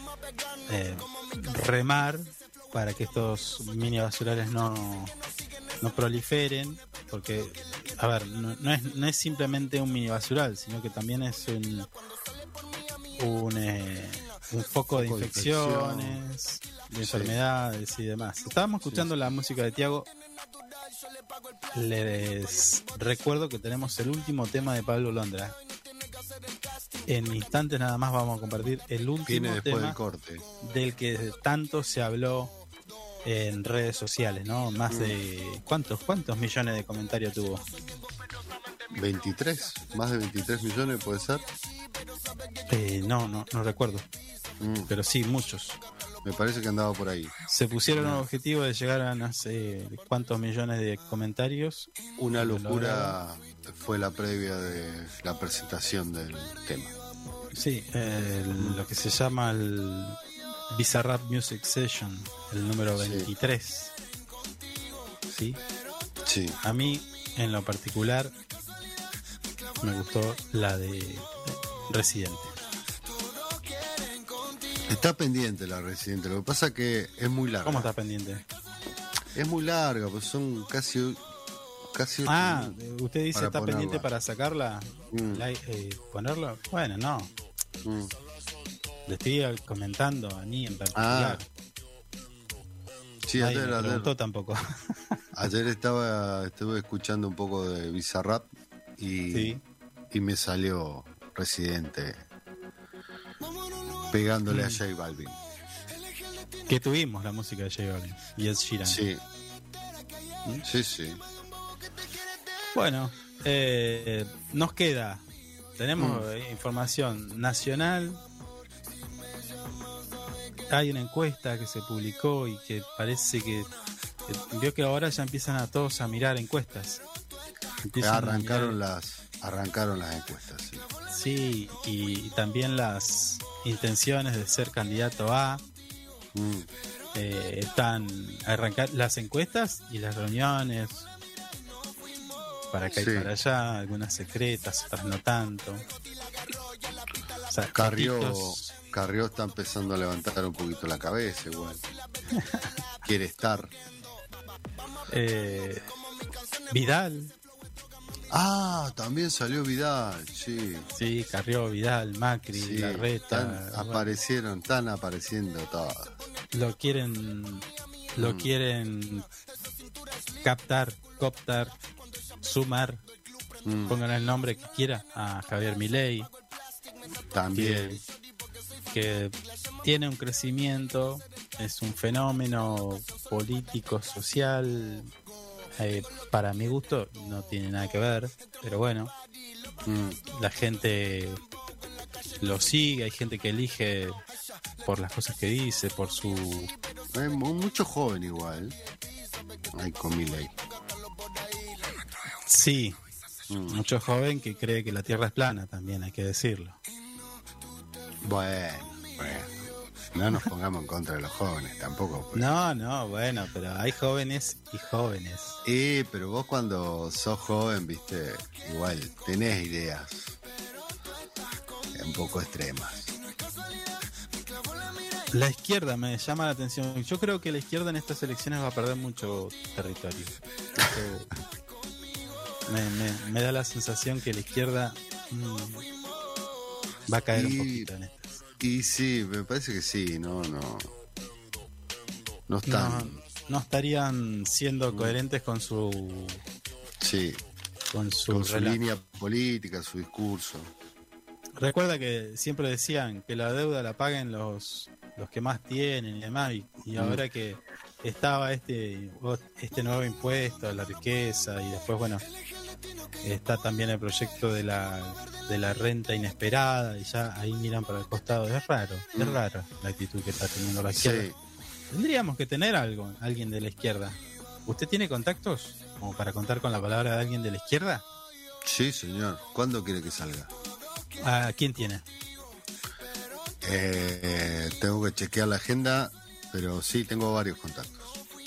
remar para que estos mini basurales no proliferen, porque, a ver, no es simplemente un mini basural, sino que también es un foco de infecciones, de enfermedades y demás. Estábamos escuchando la música de Tiago. Les recuerdo que tenemos el último tema de Pablo Londra. En instantes nada más vamos a compartir el último tema del corte, del que tanto se habló en redes sociales, ¿no? Más de ¿cuántos millones de comentarios tuvo? 23, más de 23 millones puede ser. No recuerdo, pero sí, muchos. Me parece que andaba por ahí. Se pusieron un objetivo de llegar a no sé cuántos millones de comentarios. Una locura fue la previa de la presentación del tema. Sí, lo que se llama el Bizarrap Music Session, el número 23. ¿Sí? Sí. A mí, en lo particular, me gustó la de Residente. Está pendiente la Residente, lo que pasa que es muy larga. ¿Cómo está pendiente? Es muy larga, pues son casi usted dice está pendiente para sacarla, ponerla. Bueno, no. Le estoy comentando a mí en particular. Sí, nadie me preguntó tampoco. Ayer estuve escuchando un poco de Bizarrap y me salió Residente pegándole a J Balvin. Que tuvimos la música de J Balvin y Ed Sheeran. Sí. Sí. Bueno, nos queda, tenemos información nacional. Hay una encuesta que se publicó y que parece que vio que ahora ya empiezan a todos a mirar encuestas. Arrancaron las encuestas. Sí, y también las intenciones de ser candidato a. Están a arrancar las encuestas y las reuniones para acá y para allá, algunas secretas, otras no tanto. O sea, Carrió está empezando a levantar un poquito la cabeza igual. Quiere estar. Vidal. También salió Vidal, sí. Sí, Carrió, Vidal, Macri, Larreta. Están apareciendo todas. Lo quieren cooptar, sumar, pongan el nombre que quiera, a Javier Milei. También. Que tiene un crecimiento, es un fenómeno político, social, para mi gusto no tiene nada que ver, pero bueno, la gente lo sigue, hay gente que elige por las cosas que dice, por su... Hay mucho joven igual, hay con Milei. Sí, mucho joven que cree que la Tierra es plana también, hay que decirlo. Bueno, no nos pongamos en contra de los jóvenes tampoco. Pues. No, bueno, pero hay jóvenes y jóvenes. Pero vos cuando sos joven, viste, igual tenés ideas un poco extremas. La izquierda me llama la atención. Yo creo que la izquierda en estas elecciones va a perder mucho territorio. Me da la sensación que la izquierda va a caer un poquito en estas. Y sí, me parece que sí, no están. No estarían siendo coherentes con su... Sí, con su línea política, su discurso. Recuerda que siempre decían que la deuda la paguen los que más tienen y demás, y ahora que estaba este nuevo impuesto a la riqueza, y después, bueno, está también el proyecto de la renta inesperada, y ya ahí miran para el costado. Es raro la actitud que está teniendo la izquierda. Sí. Tendríamos que tener alguien de la izquierda. ¿Usted tiene contactos como para contar con la palabra de alguien de la izquierda? Sí, señor. ¿Cuándo quiere que salga? ¿A quién tiene? Tengo que chequear la agenda, pero sí, tengo varios contactos.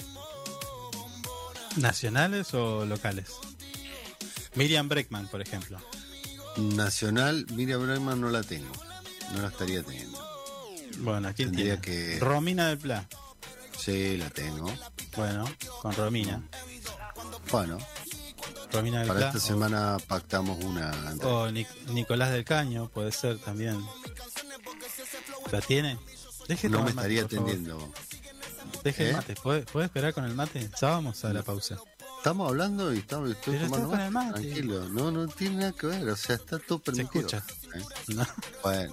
¿Nacionales o locales? Miriam Bregman, por ejemplo. Nacional, Miriam Bregman no la tengo. No la estaría teniendo. Bueno, ¿a quién tiene? Que... Romina del Pla. Sí, la tengo. Bueno, con Romina. Bueno. Romina del Para Pla, esta semana pactamos una... O Nicolás del Caño, puede ser también. ¿La tiene? No me estaría atendiendo. Deje el mate. ¿Puede esperar con el mate? Ya vamos a la pausa. Estamos hablando y estoy tomando con el mate. Tranquilo, no tiene nada que ver, o sea, está todo permitido. Se escucha. ¿No? Bueno.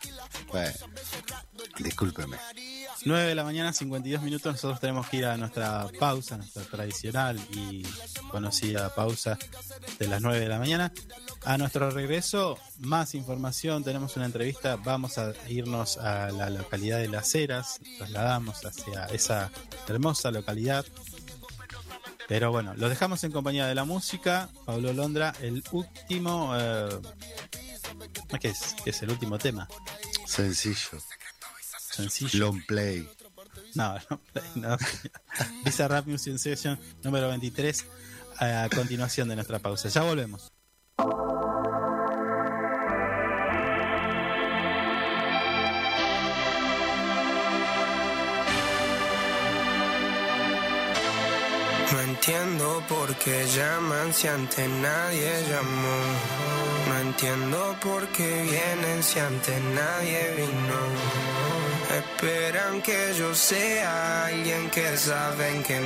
Discúlpeme. 9 de la mañana, 52 minutos. Nosotros tenemos que ir a nuestra pausa, nuestra tradicional y conocida pausa de las 9 de la mañana. A nuestro regreso, más información, tenemos una entrevista. Vamos a irnos a la localidad de Las Heras, trasladamos hacia esa hermosa localidad. Pero bueno, los dejamos en compañía de la música. Pablo Londra, el último... ¿Qué es? ¿Qué es el último tema? Sencillo. Long play. No. Visa Rap Music Session número 23 a continuación de nuestra pausa. Ya volvemos. No entiendo por qué llaman si antes nadie llamó. No entiendo por qué vienen si antes nadie vino. Esperan que yo sea alguien que saben que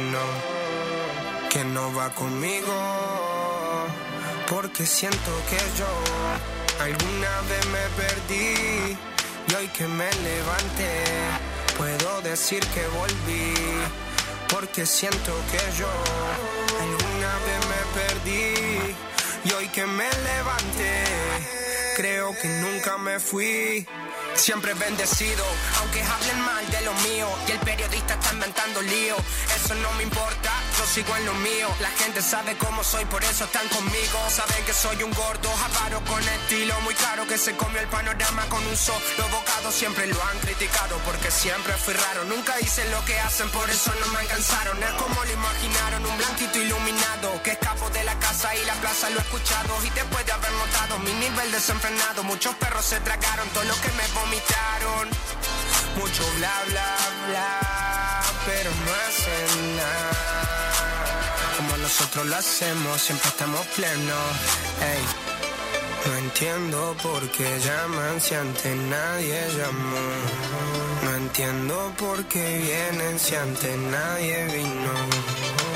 no va conmigo. Porque siento que yo alguna vez me perdí y hoy que me levanté puedo decir que volví. Porque siento que yo alguna vez me perdí y hoy que me levanté creo que nunca me fui. Siempre bendecido, aunque hablen mal de lo mío y el periodista está inventando lío. Eso no me importa, yo sigo en lo mío. La gente sabe cómo soy, por eso están conmigo. Saben que soy un gordo, avaro con estilo. Muy claro que se comió el panorama con un solo bocado. Siempre lo han criticado porque siempre fui raro. Nunca hice lo que hacen, por eso no me alcanzaron. Es como lo imaginaron, un blanquito iluminado que escapo de la casa y la plaza lo he escuchado. Y después de haber notado mi nivel desenfrenado, muchos perros se tragaron todo lo que me vomitaron. Mucho bla bla bla, pero no hacen nada como nosotros lo hacemos, siempre estamos plenos. Ey. No entiendo por qué llaman si antes nadie llamó. No entiendo por qué vienen si antes nadie vino.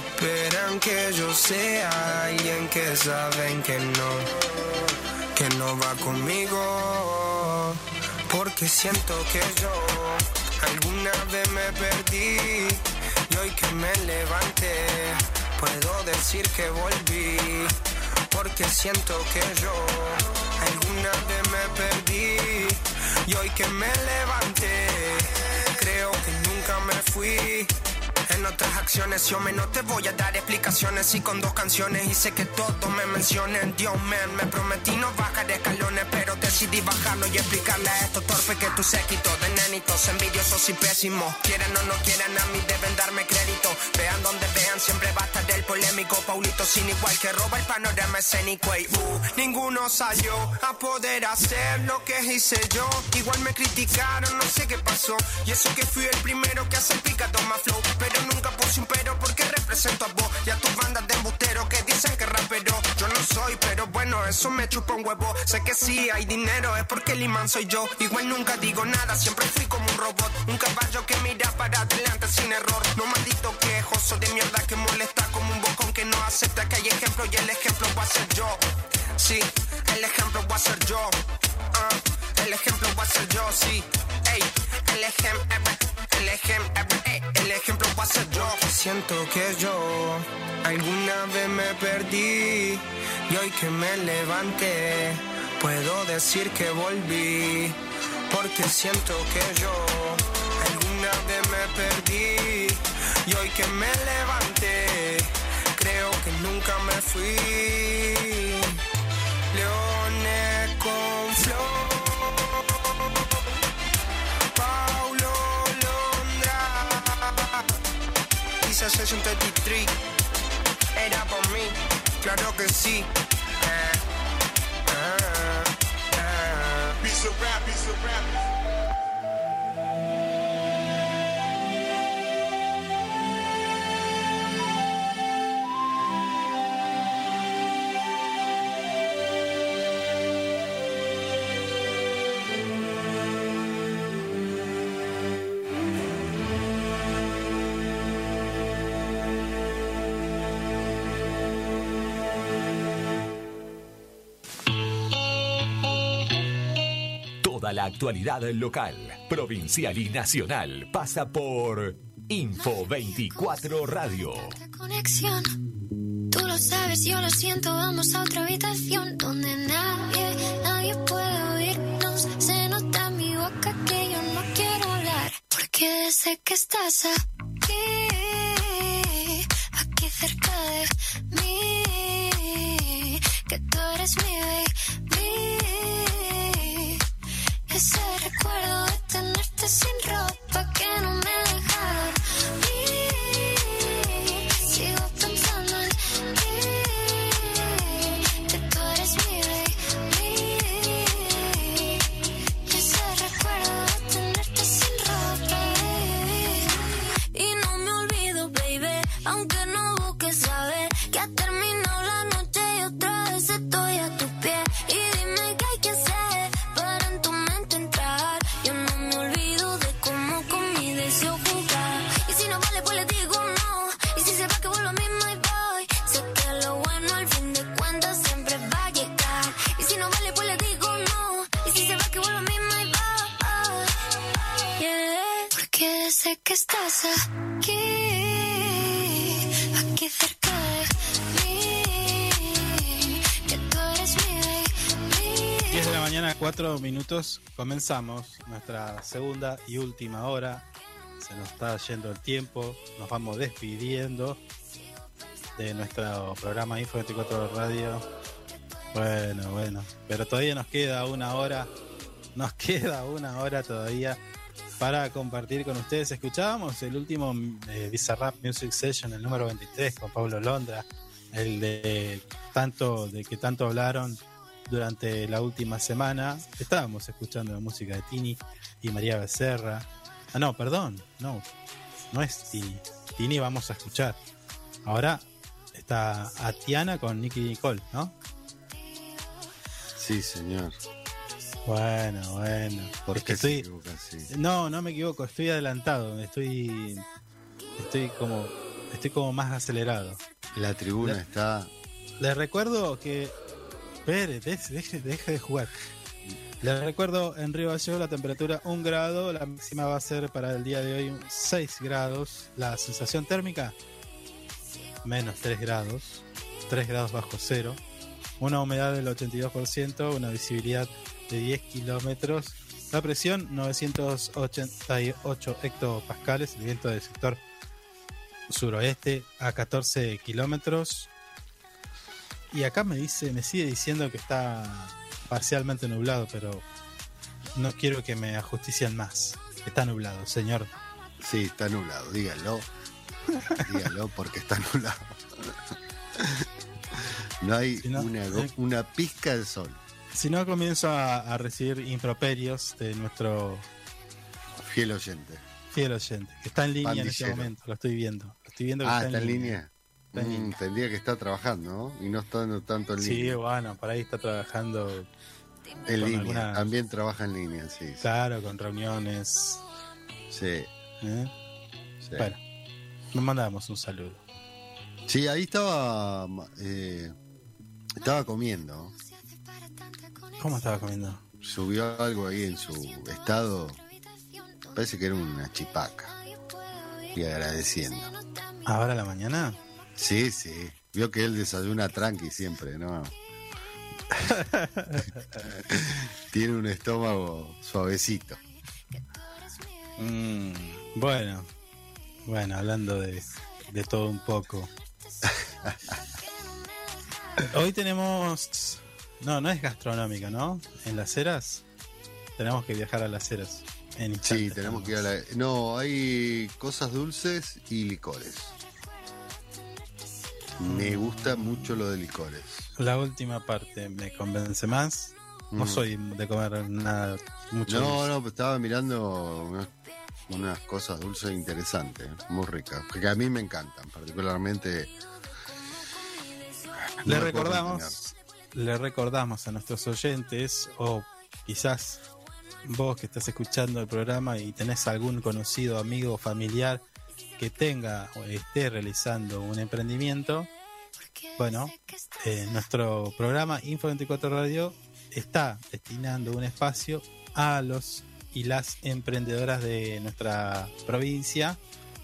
esperan que yo sea alguien que saben que no va conmigo. Porque siento que yo alguna vez me perdí y hoy que me levanté puedo decir que volví. Porque siento que yo alguna vez me perdí y hoy que me levanté creo que nunca me fui. En otras acciones yo no te voy a dar explicaciones. Y con 2 canciones hice que todos me mencionen. Dios man, me prometí no bajar escalones, pero decidí bajarlo y explicarle a estos torpes que tu séquito de nenitos envidiosos y pésimos, quieran o no quieran, a mí deben darme crédito. Vean donde vean, siempre va a estar el polémico Paulito sin igual que roba el panorama escénico. Y ninguno salió a poder hacer lo que hice yo. Igual me criticaron, no sé qué pasó. Y eso que fui el primero que hace el picado más flow, pero nunca puse un pero porque represento a vos y a tus bandas de embusteros que dicen que rapero yo no soy, pero bueno, eso me chupa un huevo. Sé que sí hay dinero, es porque el imán soy yo. Igual nunca digo nada, siempre fui como un robot, un caballo que mira para adelante sin error. No maldito quejoso de mierda que molesta como un bocón que no acepta que hay ejemplo y el ejemplo va a ser yo. Sí, el ejemplo va a ser yo. El ejemplo va a ser yo, sí. Ey, el ejemplo va a ser yo. Siento que yo alguna vez me perdí y hoy que me levanté puedo decir que volví. Porque siento que yo alguna vez me perdí y hoy que me levanté creo que nunca me fui. Leones con flow, Paulo Londra, Isa Session 33, era por mí, claro que sí. Piece of rap, piece of rap. Toda la actualidad local, provincial y nacional pasa por Info 24 Radio. Conexión. Tú lo sabes, yo lo siento, vamos a otra habitación donde nadie puede oírnos. Se nota en mi boca que yo no quiero hablar, porque sé que estás aquí cerca de mí, que tú eres mi baby. Ese recuerdo de tenerte sin ropa que no me deja dormir. Sigo pensando en ti, que tú eres mi baby. Ese recuerdo de tenerte sin ropa, baby. Y no me olvido, baby, aunque no busques saber que ha terminado la noche y otra vez estoy a tus pies. Y dime qué hay que hacer. Sé que estás aquí cerca de mí, que tú eres mi baby. 10 de la mañana, 4 minutos, comenzamos nuestra segunda y última hora. Se nos está yendo el tiempo, nos vamos despidiendo de nuestro programa Info 24 Radio. Bueno, pero todavía nos queda una hora todavía para compartir con ustedes. Escuchábamos el último Bizarrap Music Session, el número 23, con Paulo Londra, el de que tanto hablaron durante la última semana. Estábamos escuchando la música de Tini y María Becerra. No es Tini. Tini vamos a escuchar. Ahora está Atiana con Nicky Nicole, ¿no? Sí, señor. Bueno. Porque No me equivoco, estoy adelantado, estoy como estoy como más acelerado. La tribuna está... Les recuerdo que... Espere, deje de jugar. Les recuerdo, en Río Gallegos la temperatura 1 grado, la máxima va a ser para el día de hoy 6 grados, la sensación térmica menos 3 grados, 3 grados bajo cero, una humedad del 82%, una visibilidad de 10 kilómetros, la presión 988 hectopascales, el viento del sector suroeste a 14 kilómetros. Y acá me sigue diciendo que está parcialmente nublado, pero no quiero que me ajusticien más. Está nublado, señor. Sí, está nublado, díganlo. Díganlo porque está nublado. No hay una pizca de sol. Si no, comienzo a recibir improperios de nuestro fiel oyente, que está en línea en este momento. Lo estoy viendo que está en línea. Tendría que estar trabajando, ¿no? Y no estando tanto en línea. Sí, bueno, por ahí está trabajando en línea. También trabaja en línea, sí. Claro, con reuniones. Sí. Sí. Bueno, nos mandamos un saludo. Sí, ahí estaba comiendo. ¿Cómo estaba comiendo? Subió algo ahí en su estado. Parece que era una chipaca. Y agradeciendo. ¿Ahora a la mañana? Sí. Vio que él desayuna tranqui siempre, ¿no? Tiene un estómago suavecito. Bueno, hablando de todo un poco. Hoy tenemos... No es gastronómica, ¿no? En Las Heras. Tenemos que viajar a Las Heras. Sí, tenemos que ir a la... No, hay cosas dulces y licores. Me gusta mucho lo de licores. La última parte me convence más. No soy de comer nada mucho dulce. No, pues estaba mirando unas cosas dulces interesantes, muy ricas, porque a mí me encantan, particularmente. Le recordamos a nuestros oyentes, o quizás vos que estás escuchando el programa y tenés algún conocido, amigo o familiar que tenga o esté realizando un emprendimiento, bueno, nuestro programa Info24 Radio está destinando un espacio a los y las emprendedoras de nuestra provincia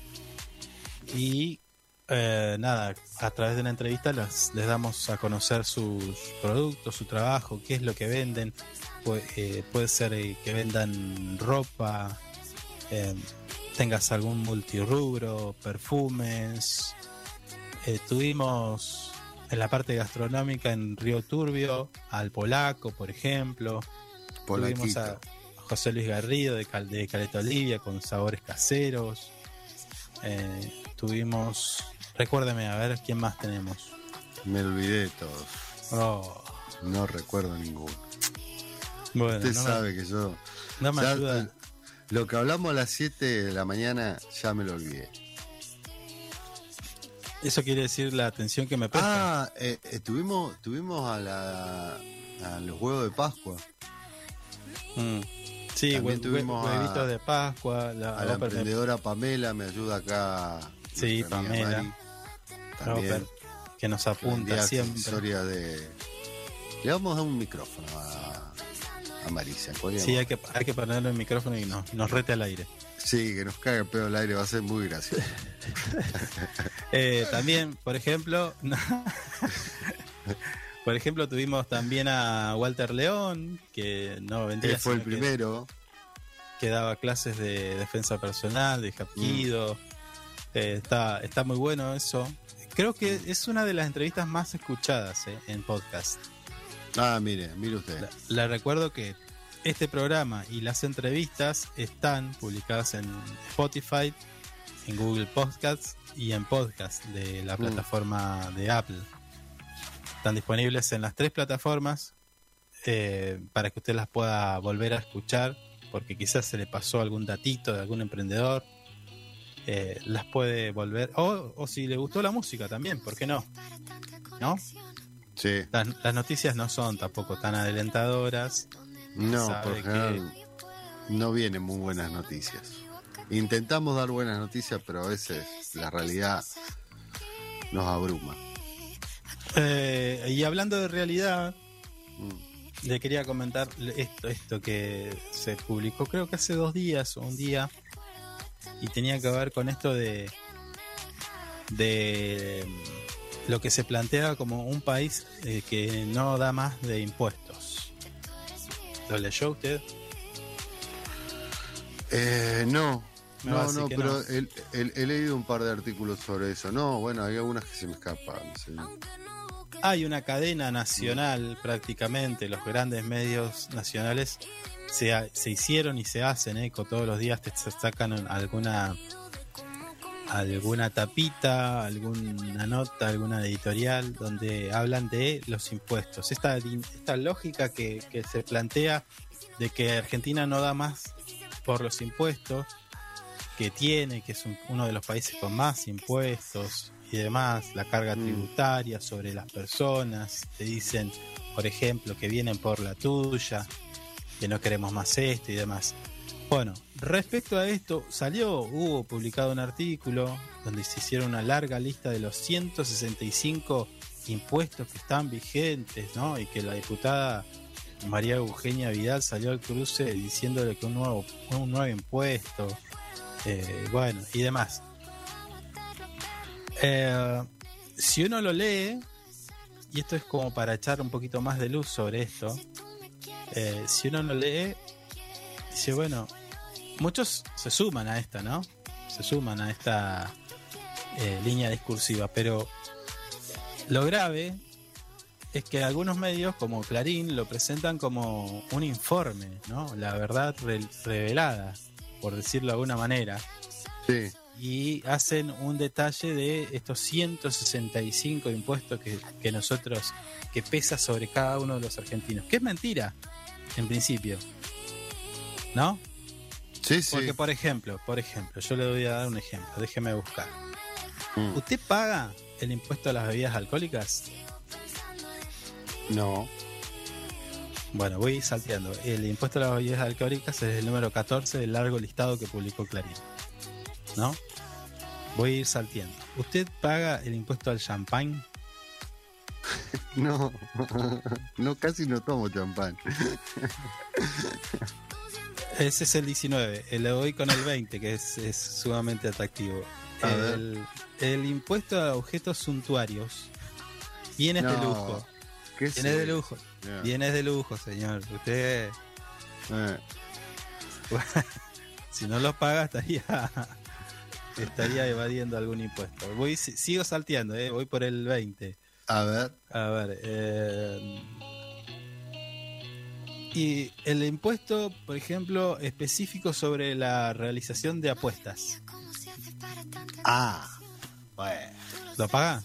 y a través de una entrevista les damos a conocer sus productos, su trabajo, qué es lo que venden. Puede ser que vendan ropa, tengas algún multirrubro, perfumes. Tuvimos en la parte gastronómica en Río Turbio al Polaco, por ejemplo. Tuvimos a José Luis Garrido de Caleta Olivia con sabores caseros. Tuvimos... Recuérdeme, a ver, ¿quién más tenemos? Me olvidé de todos. No recuerdo ninguno. Bueno, usted sabe que yo... No me ayuda. Lo que hablamos a las 7 de la mañana ya me lo olvidé. Eso quiere decir la atención que me presta. Tuvimos a los huevos de Pascua. Sí, tuvimos huevitos de Pascua. A la emprendedora Pamela me ayuda acá. Sí, Pamela. También, que nos apunta siempre. Historia de... Le vamos a dar un micrófono a Marisa. Sí, hay que ponerle el micrófono y nos rete al aire. Sí, que nos caiga el pedo al aire, va a ser muy gracioso. También, por ejemplo, tuvimos también a Walter León, que no vendría. Él fue el primero. Que daba clases de defensa personal, de hapkido. Está muy bueno eso. Creo que es una de las entrevistas más escuchadas en podcast. Mire usted. Le recuerdo que este programa y las entrevistas están publicadas en Spotify, en Google Podcasts y en podcast de la plataforma de Apple. Están disponibles en las 3 plataformas para que usted las pueda volver a escuchar, porque quizás se le pasó algún datito de algún emprendedor. Las puede volver, o si le gustó la música también, ¿por qué no? ¿No? Sí. Las noticias no son tampoco tan alentadoras. No, por general no vienen muy buenas noticias. Intentamos dar buenas noticias, pero a veces la realidad nos abruma. Y hablando de realidad, le quería comentar esto que se publicó creo que hace 2 días o un día, y tenía que ver con esto de lo que se plantea como un país que no da más de impuestos. ¿Lo leyó usted? No, que pero no. he leído un par de artículos sobre eso. No, bueno, hay algunas que se me escapan. Sí. Hay una cadena nacional prácticamente, los grandes medios nacionales se hicieron y se hacen eco todos los días, te sacan alguna tapita, alguna nota, alguna editorial donde hablan de los impuestos. Esta lógica que se plantea de que Argentina no da más por los impuestos que tiene, que es uno de los países con más impuestos y demás, la carga tributaria sobre las personas, te dicen, por ejemplo, que vienen por la tuya, que no queremos más esto y demás. Bueno, respecto a esto, hubo publicado un artículo donde se hicieron una larga lista de los 165 impuestos que están vigentes, ¿no? Y que la diputada María Eugenia Vidal salió al cruce diciéndole que un nuevo impuesto, bueno, y demás. Si uno lo lee, y esto es como para echar un poquito más de luz sobre esto, si uno lo lee, dice, bueno, muchos se suman a esta, ¿no? Se suman a esta línea discursiva, pero lo grave es que algunos medios como Clarín lo presentan como un informe, ¿no? La verdad revelada, por decirlo de alguna manera. Sí. Y hacen un detalle de estos 165 impuestos que pesa sobre cada uno de los argentinos, que es mentira en principio, ¿no? Sí, sí. Porque por ejemplo, yo le voy a dar un ejemplo, déjeme buscar. ¿Usted paga el impuesto a las bebidas alcohólicas? No. Bueno, voy salteando. El impuesto a las bebidas alcohólicas es el número 14 del largo listado que publicó Clarín, ¿no? Voy a ir salteando. ¿Usted paga el impuesto al champán? No, no, casi no tomo champán. Ese es el 19. Le doy con el 20, que es sumamente atractivo. El impuesto a objetos suntuarios. Bienes de lujo. Bienes de lujo. Yeah. Bienes de lujo, señor. Usted, si no los paga, estaría evadiendo algún impuesto. Sigo salteando, voy por el 20. A ver. Y el impuesto, por ejemplo, específico sobre la realización de apuestas. Bueno. ¿Lo paga?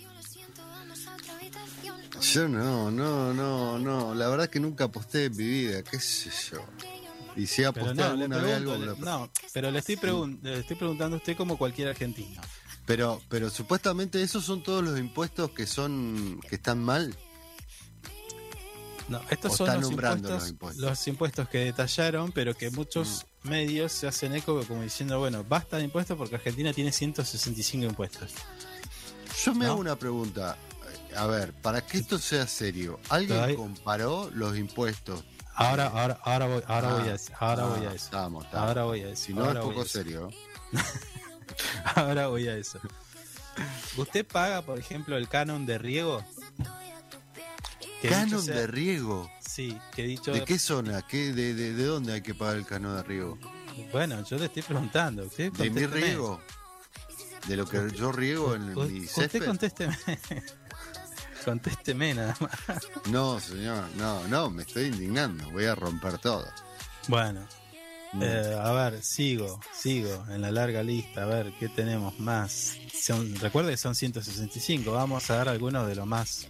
Yo no. La verdad que nunca aposté en mi vida, qué sé yo. Y si aposté alguna vez algo... Pero le estoy preguntando a usted como cualquier argentino. Pero supuestamente esos son todos los impuestos que están mal. No, estos son los impuestos que detallaron, pero que muchos medios se hacen eco como diciendo, bueno, basta de impuestos porque Argentina tiene 165 impuestos. Yo me hago una pregunta. A ver, para que esto sea serio, ¿alguien comparó los impuestos? Ahora voy a eso. Ahora voy a eso. Si no es poco serio. Ahora voy a eso. ¿Usted paga, por ejemplo, el canon de riego? ¿Canon de riego? Sí, que dicho... ¿De qué zona? ¿De dónde hay que pagar el canon de riego? Bueno, yo le estoy preguntando. ¿Usted ¿De mi riego? ¿De lo que yo riego en mi césped? Usted contésteme nada más. No, señor, no, me estoy indignando. Voy a romper todo. Bueno, a ver, sigo en la larga lista. A ver, ¿qué tenemos más? Recuerde que son 165. Vamos a dar algunos de los más...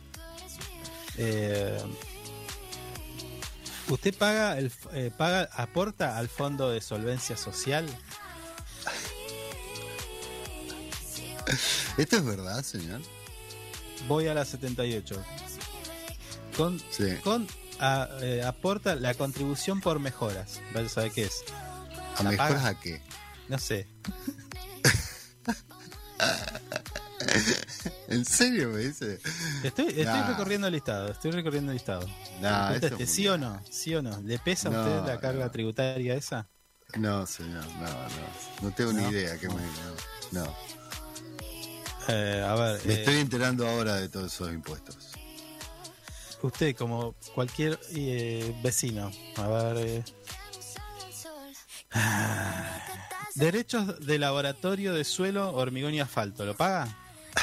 ¿Usted aporta al Fondo de Solvencia Social? ¿Esto es verdad, señor? Voy a la 78. Aporta la contribución por mejoras. ¿Vaya a saber qué es? ¿A mejoras a qué? no sé. ¿En serio me dice? Estoy Nah. recorriendo el listado, Nah, Conteste, eso es ¿sí o no? ¿Sí o no? ¿Le pesa a usted No, la carga no. tributaria esa? No, señor, no tengo ni ¿No? idea que no. A ver, Me estoy enterando ahora de todos esos impuestos. usted como cualquier vecino, a ver... derechos de laboratorio de suelo, hormigón y asfalto, ¿lo paga?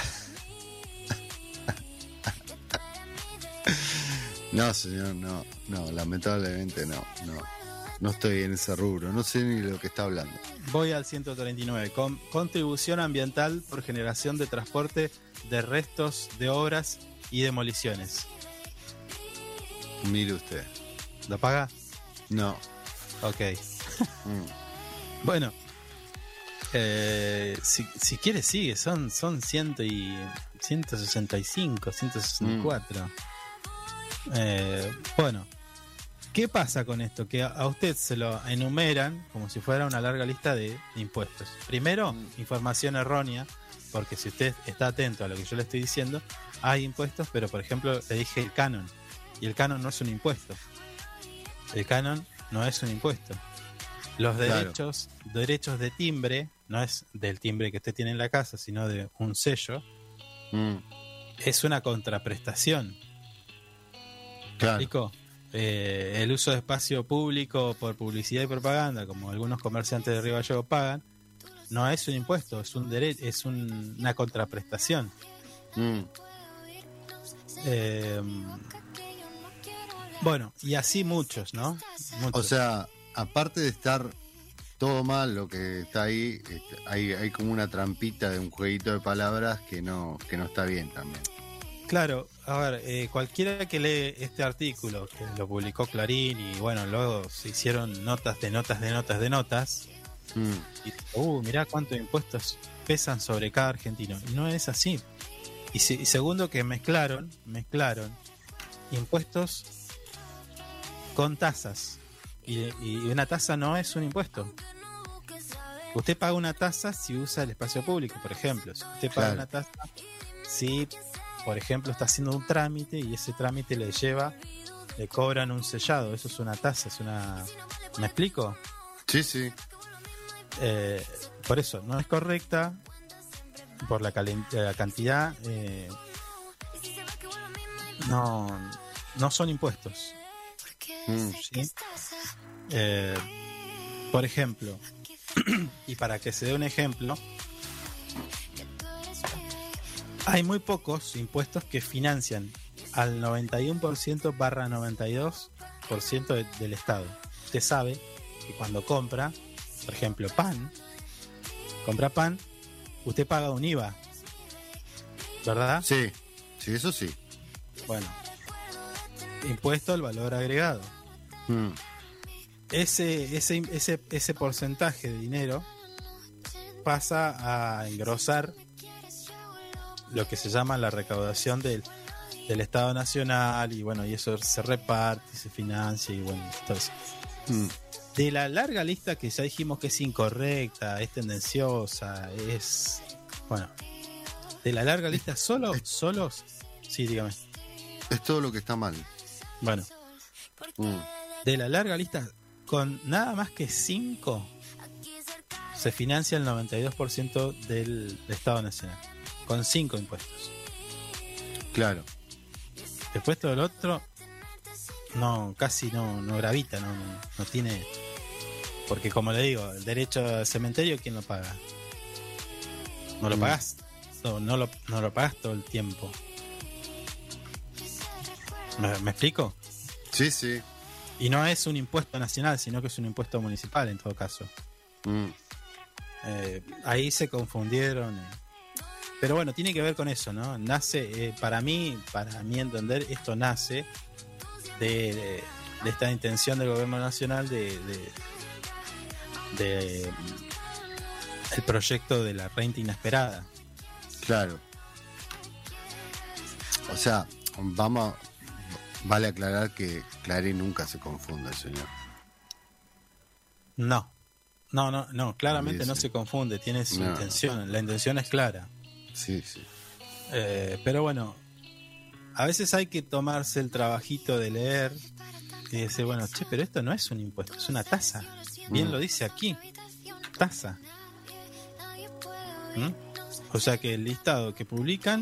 No, señor, no, lamentablemente no. No estoy en ese rubro, no sé ni lo que está hablando. Voy al 139. Contribución ambiental por generación de transporte de restos de obras y demoliciones. Mire usted. ¿Lo paga? No. Ok. Mm. Bueno. Si quiere sigue. Son 165, 164. Bueno. ¿Qué pasa con esto? Que a usted se lo enumeran como si fuera una larga lista de impuestos. Primero, información errónea, porque si usted está atento a lo que yo le estoy diciendo, hay impuestos, pero por ejemplo le dije el canon, y el canon no es un impuesto. El canon no es un impuesto. Los derechos de timbre, no es del timbre que usted tiene en la casa, sino de un sello, es una contraprestación. Claro. ¿Me explico? El uso de espacio público por publicidad y propaganda, como algunos comerciantes de Río Gallegos pagan, no es un impuesto, es un derecho, es una contraprestación. Bueno, y así muchos, ¿no? Muchos. O sea, aparte de estar todo mal lo que está ahí, hay como una trampita de un jueguito de palabras que no está bien también. Claro, a ver, cualquiera que lee este artículo, que lo publicó Clarín, y bueno, luego se hicieron notas. Y mirá cuántos impuestos pesan sobre cada argentino. Y no es así. Y segundo, que mezclaron impuestos con tasas. Y una tasa no es un impuesto. Usted paga una tasa si usa el espacio público, por ejemplo. Si usted paga una tasa, si, por ejemplo, está haciendo un trámite y ese trámite le cobran un sellado. Eso es una tasa, ¿me explico? Sí. Por eso, no es correcta por la cantidad. No son impuestos. ¿Sí? Por ejemplo, y para que se dé un ejemplo, hay muy pocos impuestos que financian al 91% barra 92% del Estado. Usted sabe que cuando compra, por ejemplo, compra pan, usted paga un IVA, ¿verdad? Sí, eso sí. Bueno, impuesto al valor agregado. Ese porcentaje de dinero pasa a engrosar lo que se llama la recaudación del Estado Nacional, y bueno, y eso se reparte, se financia, y bueno, todo eso. De la larga lista que ya dijimos que es incorrecta, es tendenciosa, de la larga lista solos, sí, dígame. Es todo lo que está mal. Bueno, de la larga lista, con nada más que 5 se financia el 92% del Estado Nacional, con 5 impuestos. Claro. Después todo el otro casi no gravita, no tiene, porque como le digo, el derecho al cementerio, ¿quién lo paga? No lo pagás, no lo pagás todo el tiempo. ¿Me explico? Sí. Y no es un impuesto nacional, sino que es un impuesto municipal en todo caso. Ahí se confundieron. Pero bueno, tiene que ver con eso, ¿no? Nace, para mí entender, esto nace de esta intención del gobierno nacional de el proyecto de la renta inesperada. Claro. O sea, vale aclarar que Clarín nunca se confunde, señor. No. No, claramente no Sí. se confunde, tiene su No. intención, la intención es clara. Sí. Pero bueno, a veces hay que tomarse el trabajito de leer y decir, bueno, che, pero esto no es un impuesto, es una tasa. Bien lo dice aquí, tasa. ¿Mm? O sea que el listado que publican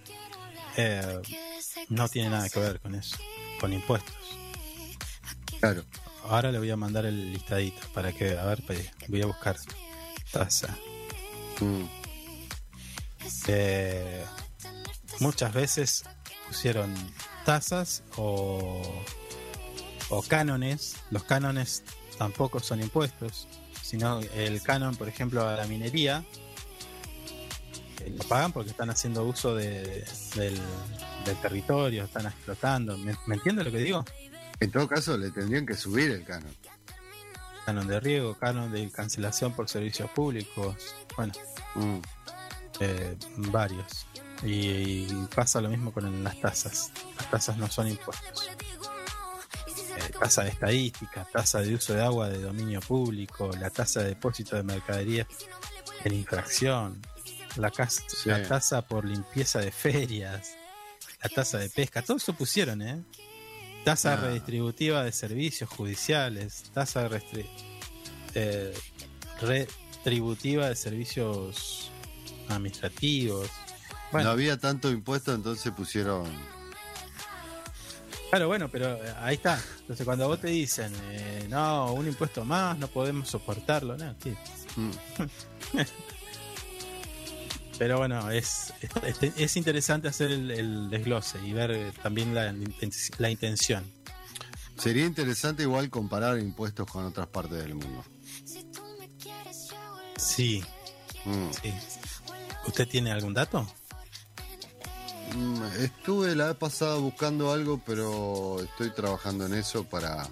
no tiene nada que ver con eso, con impuestos. Claro. Ahora le voy a mandar el listadito para que, a ver, voy a buscar tasa. Mm. Muchas veces pusieron tasas o cánones. Los cánones tampoco son impuestos, sino el canon, por ejemplo, a la minería, lo pagan porque están haciendo uso del territorio, están explotando. ¿Me entiendes lo que digo? En todo caso, le tendrían que subir el canon. Canon de riego, canon de cancelación por servicios públicos, bueno, Mm. varios. Y pasa lo mismo con las tasas. Las tasas no son impuestos. Tasa de estadística, tasa de uso de agua de dominio público, la tasa de depósito de mercadería en infracción, la tasa por limpieza de ferias, la tasa de pesca, todo eso pusieron, tasa redistributiva de servicios judiciales, tasa retributiva de servicios administrativos. Bueno, No había tanto impuesto, entonces pusieron. claro, bueno, pero ahí está. Entonces cuando vos te dicen, no, un impuesto más, no podemos soportarlo, no, ¿qué? Mm. Pero bueno, es interesante hacer el desglose y ver también la intención. Sería interesante igual comparar impuestos con otras partes del mundo. Sí, Mm. sí. ¿Usted tiene algún dato? Estuve la vez pasada buscando algo, pero estoy trabajando en eso para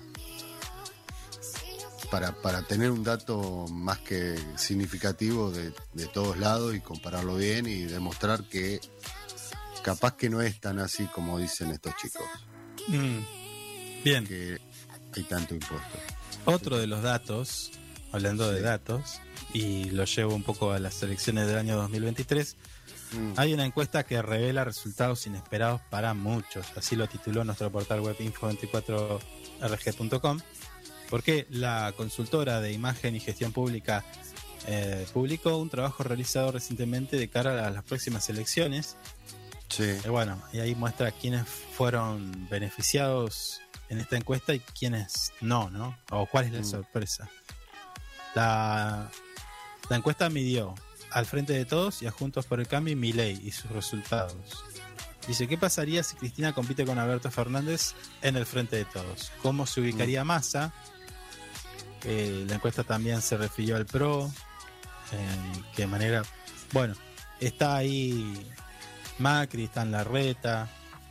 tener un dato más que significativo de todos lados y compararlo bien y demostrar que capaz que no es tan así como dicen estos chicos, Bien. que hay tanto impuesto. Otro de los datos, hablando de datos, y lo llevo un poco a las elecciones del año 2023, hay una encuesta que revela resultados inesperados para muchos. Así lo tituló nuestro portal web info24rg.com, porque la consultora de imagen y gestión pública publicó un trabajo realizado recientemente de cara a las próximas elecciones. Sí. Bueno, y ahí muestra quiénes fueron beneficiados en esta encuesta y quiénes no, ¿no? O cuál es la sorpresa. La encuesta midió al Frente de Todos y a Juntos por el Cambio y Milei y sus resultados. Dice, ¿qué pasaría si Cristina compite con Alberto Fernández en el Frente de Todos? ¿Cómo se ubicaría Massa? La encuesta también se refirió al PRO. ¿En qué manera? Bueno, está ahí Macri, está en Larreta.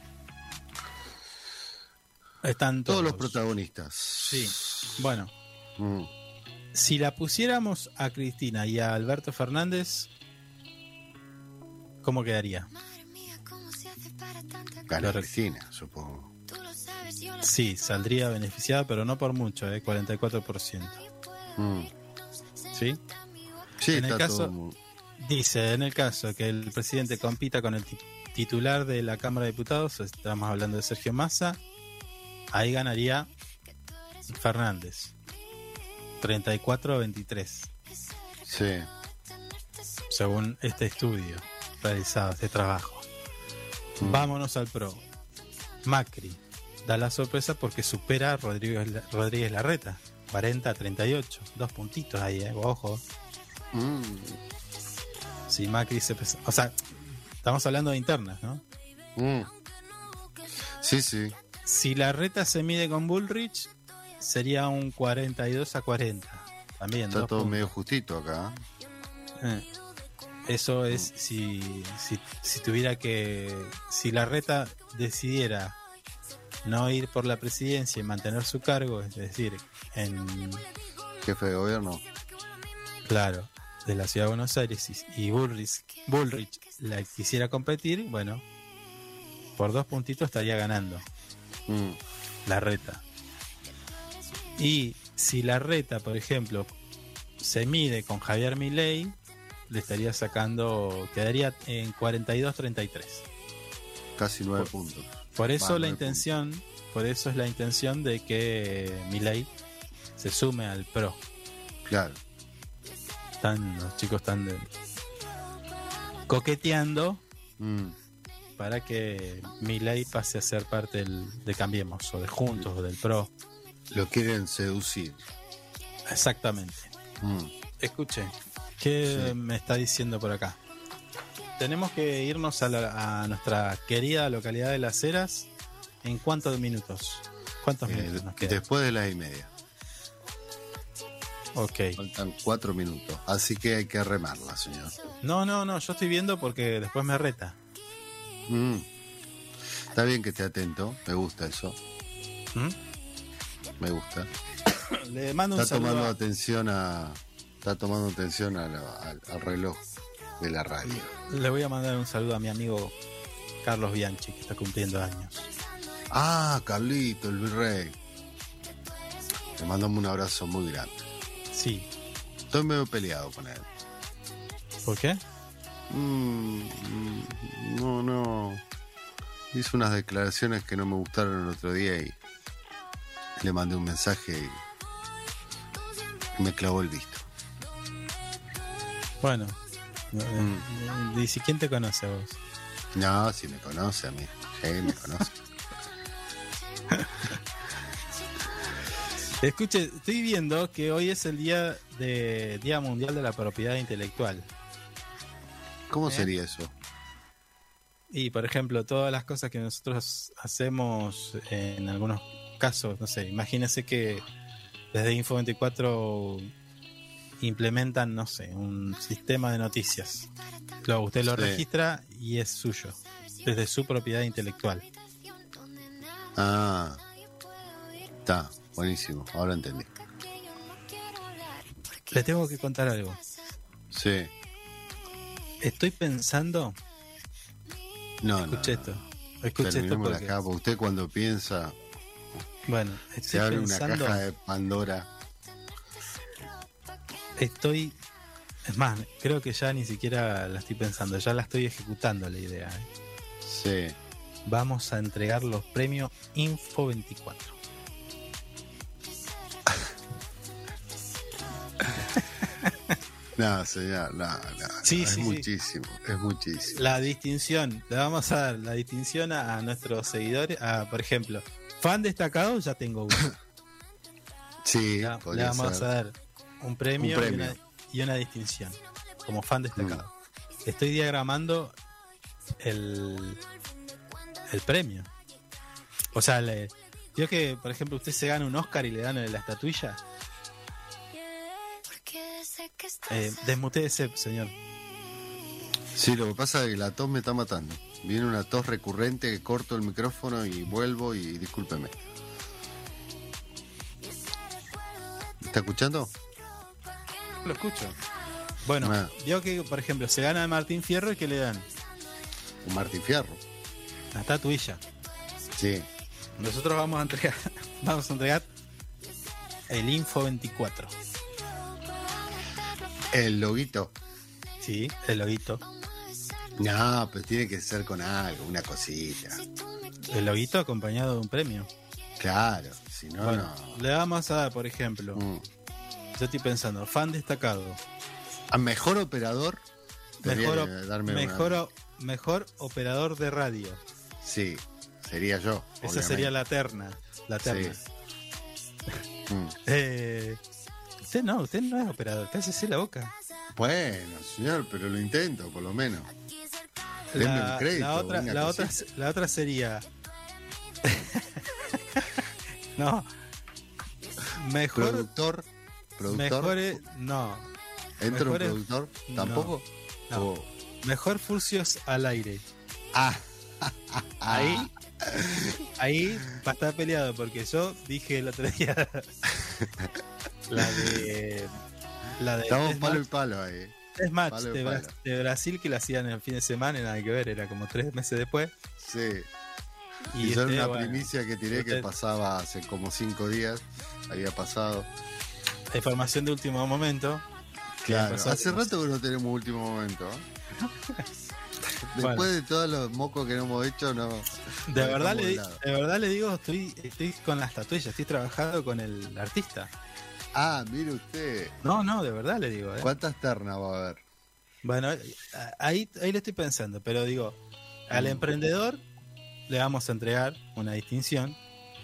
Están Todos los protagonistas. Sí, bueno. Mm. Si la pusiéramos a Cristina y a Alberto Fernández, ¿cómo quedaría? Gana Cristina, supongo. Sí, saldría beneficiada, pero no por mucho, 44%. ¿Sí? Sí, en el está caso, todo... dice, en el caso que el presidente compita con el titular de la Cámara de Diputados, estamos hablando de Sergio Massa, ahí ganaría Fernández. 34-23. Sí. Según este estudio realizado, este trabajo. Vámonos al PRO. Macri da la sorpresa porque supera a Rodríguez Larreta. 40-38. 2 puntitos ahí, ojo. Si Macri se... O sea, estamos hablando de internas, ¿no? Sí, sí. Si Larreta se mide con Bullrich, sería un 42-40. También. Está todo medio justito acá. Eso es si tuviera que... Si Larreta decidiera no ir por la presidencia y mantener su cargo, es decir, en... Jefe de gobierno. Claro, de la ciudad de Buenos Aires y Bullrich la quisiera competir, bueno, por 2 puntitos estaría ganando Larreta. Y si Larreta, por ejemplo, se mide con Javier Milei, le estaría sacando, quedaría en 42-33. Casi 9 puntos. Por eso la 9 intención, por eso es la intención de que Milei se sume al PRO. Claro. Los chicos están coqueteando para que Milei pase a ser parte de Cambiemos, o de Juntos, o del PRO. Lo quieren seducir. Exactamente. Escuche, ¿qué me está diciendo por acá? Tenemos que irnos a nuestra querida localidad de Las Heras. ¿En cuántos minutos? ¿Cuántos minutos nos quedan? Después de las 1:30. Ok. Faltan 4 minutos. Así que hay que remarla, señor. No, yo estoy viendo porque después me reta. Está bien que esté atento. Me gusta eso. Me gusta. Le mando un Está saludo. Está tomando atención al reloj de la radio. Le voy a mandar un saludo a mi amigo Carlos Bianchi, que está cumpliendo años. Ah, Carlito, el virrey. Te mandamos un abrazo muy grande. Sí. Estoy medio peleado con él. ¿Por qué? No. Hizo unas declaraciones que no me gustaron el otro día y le mandé un mensaje y me clavó el visto. Bueno. Dice, ¿quién te conoce a vos? No, si me conoce a mí. Sí, me conoce. Escuche, estoy viendo que hoy es el Día Mundial de la Propiedad Intelectual. ¿Cómo sería eso? Y, por ejemplo, todas las cosas que nosotros hacemos, en algunos casos, no sé, imagínese que desde Info24 implementan, no sé, un sistema de noticias. Usted lo registra y es suyo, desde su propiedad intelectual. Ah, está, buenísimo, ahora entendí. Le tengo que contar algo. Sí. Estoy pensando... Escuche esto Terminemos porque... acá, porque usted cuando piensa... Bueno, se abre una caja de Pandora. Es más, creo que ya ni siquiera la estoy pensando, ya la estoy ejecutando la idea. Sí. Vamos a entregar los premios Info24. No, señor, no. Sí, es sí, muchísimo, es muchísimo. La distinción, le vamos a dar la distinción a nuestros seguidores. Por ejemplo, fan destacado, ya tengo uno. Sí, le vamos a dar un premio. Y una distinción como fan destacado. Estoy diagramando el premio. O sea, digo que, por ejemplo, usted se gana un Oscar y le dan la estatuilla. Desmuteese, señor. Sí, lo que pasa es que la tos me está matando. Viene una tos recurrente que corto el micrófono y vuelvo y discúlpeme. ¿Está escuchando? Lo escucho. Bueno, digo que, por ejemplo, se gana Martín Fierro y que le dan un Martín Fierro. Una estatuilla. Sí. Nosotros vamos a entregar el Info24. El loguito. Sí, el loguito. No, pues tiene que ser con algo, una cosita. El loguito acompañado de un premio. Claro, si no, bueno, no. Le vamos a dar, por ejemplo, yo estoy pensando, fan destacado. A mejor operador. Mejor operador de radio. Sí, sería yo. Esa obviamente. sería la terna. Sí. Usted no es operador, cállese la boca. Bueno, señor, pero lo intento, por lo menos. Denme un crédito. La otra sería. No. Productor. No. ¿Entra un productor? ¿Tampoco? No. Mejor Furcios al aire. Ahí va a estar peleado porque yo dije el otro día la de estamos palo y palo ahí. Es match de Brasil, que la hacían el fin de semana y nada que ver, era como 3 meses después. Sí. Y son una primicia que tiré que pasaba hace como 5 días, había pasado. Información de último momento. Claro, pasó- hace rato que no tenemos último momento. Después Bueno. de todos los mocos que no hemos hecho, no. De lo verdad, dejamos de lado. le digo, estoy con la estatuilla, estoy trabajando con el artista. Ah, mire usted. No, de verdad le digo. ¿Cuántas ternas va a haber? Bueno, ahí le estoy pensando, pero digo, al emprendedor le vamos a entregar una distinción.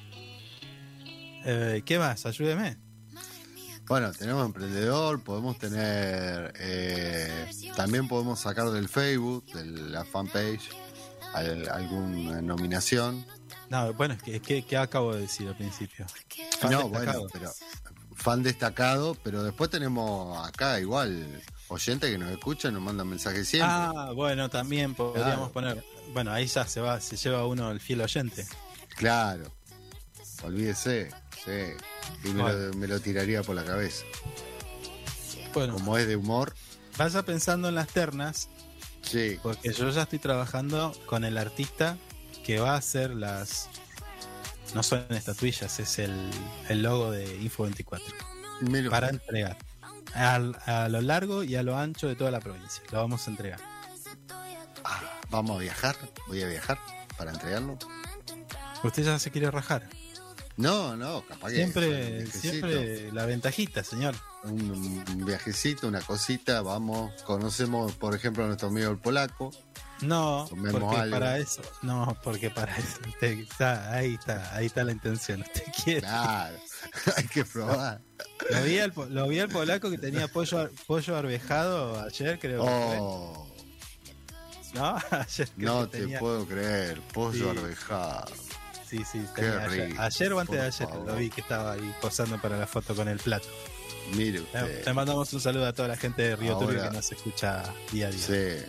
¿Qué más? Ayúdeme. Bueno, tenemos emprendedor, podemos tener. También podemos sacar del Facebook, de la fanpage, alguna nominación. No, bueno, es que acabo de decir al principio. Fan No, destacado. bueno, pero fan destacado, pero después tenemos acá igual oyentes que nos escuchan, nos mandan mensajes siempre. Ah, bueno, también podríamos poner. Bueno, ahí ya se lleva uno el fiel oyente. Claro, olvídese, sí. Y me lo tiraría por la cabeza. Bueno, Como es de humor, vaya pensando en las ternas, sí. porque yo ya estoy trabajando con el artista que va a hacer las. No son estatuillas, es el logo de Info 24. Mira, Para entregar. A lo largo y a lo ancho de toda la provincia. Lo vamos a entregar. vamos a viajar, voy a viajar para entregarlo. Usted ya se quiere rajar. No, capaz que un viajecito. Siempre la ventajita, señor. Un viajecito, una cosita, vamos, conocemos por ejemplo a nuestro amigo el polaco. No, Comemos porque algo. para eso. No, porque para eso. Usted ahí está la intención. Usted quiere. Claro, hay que probar. Lo vi al polaco que tenía pollo arvejado ayer, creo. que fue. Oh, ¿No? Ayer creo no que te tenía. puedo creer, pollo Sí. arvejado. Sí, Qué tenía rico, ayer o antes de por ayer favor. lo vi que estaba ahí posando para la foto con el plato. Mire usted. Le mandamos un saludo a toda la gente de Río Turbio Ahora- que nos escucha día a día. Sí.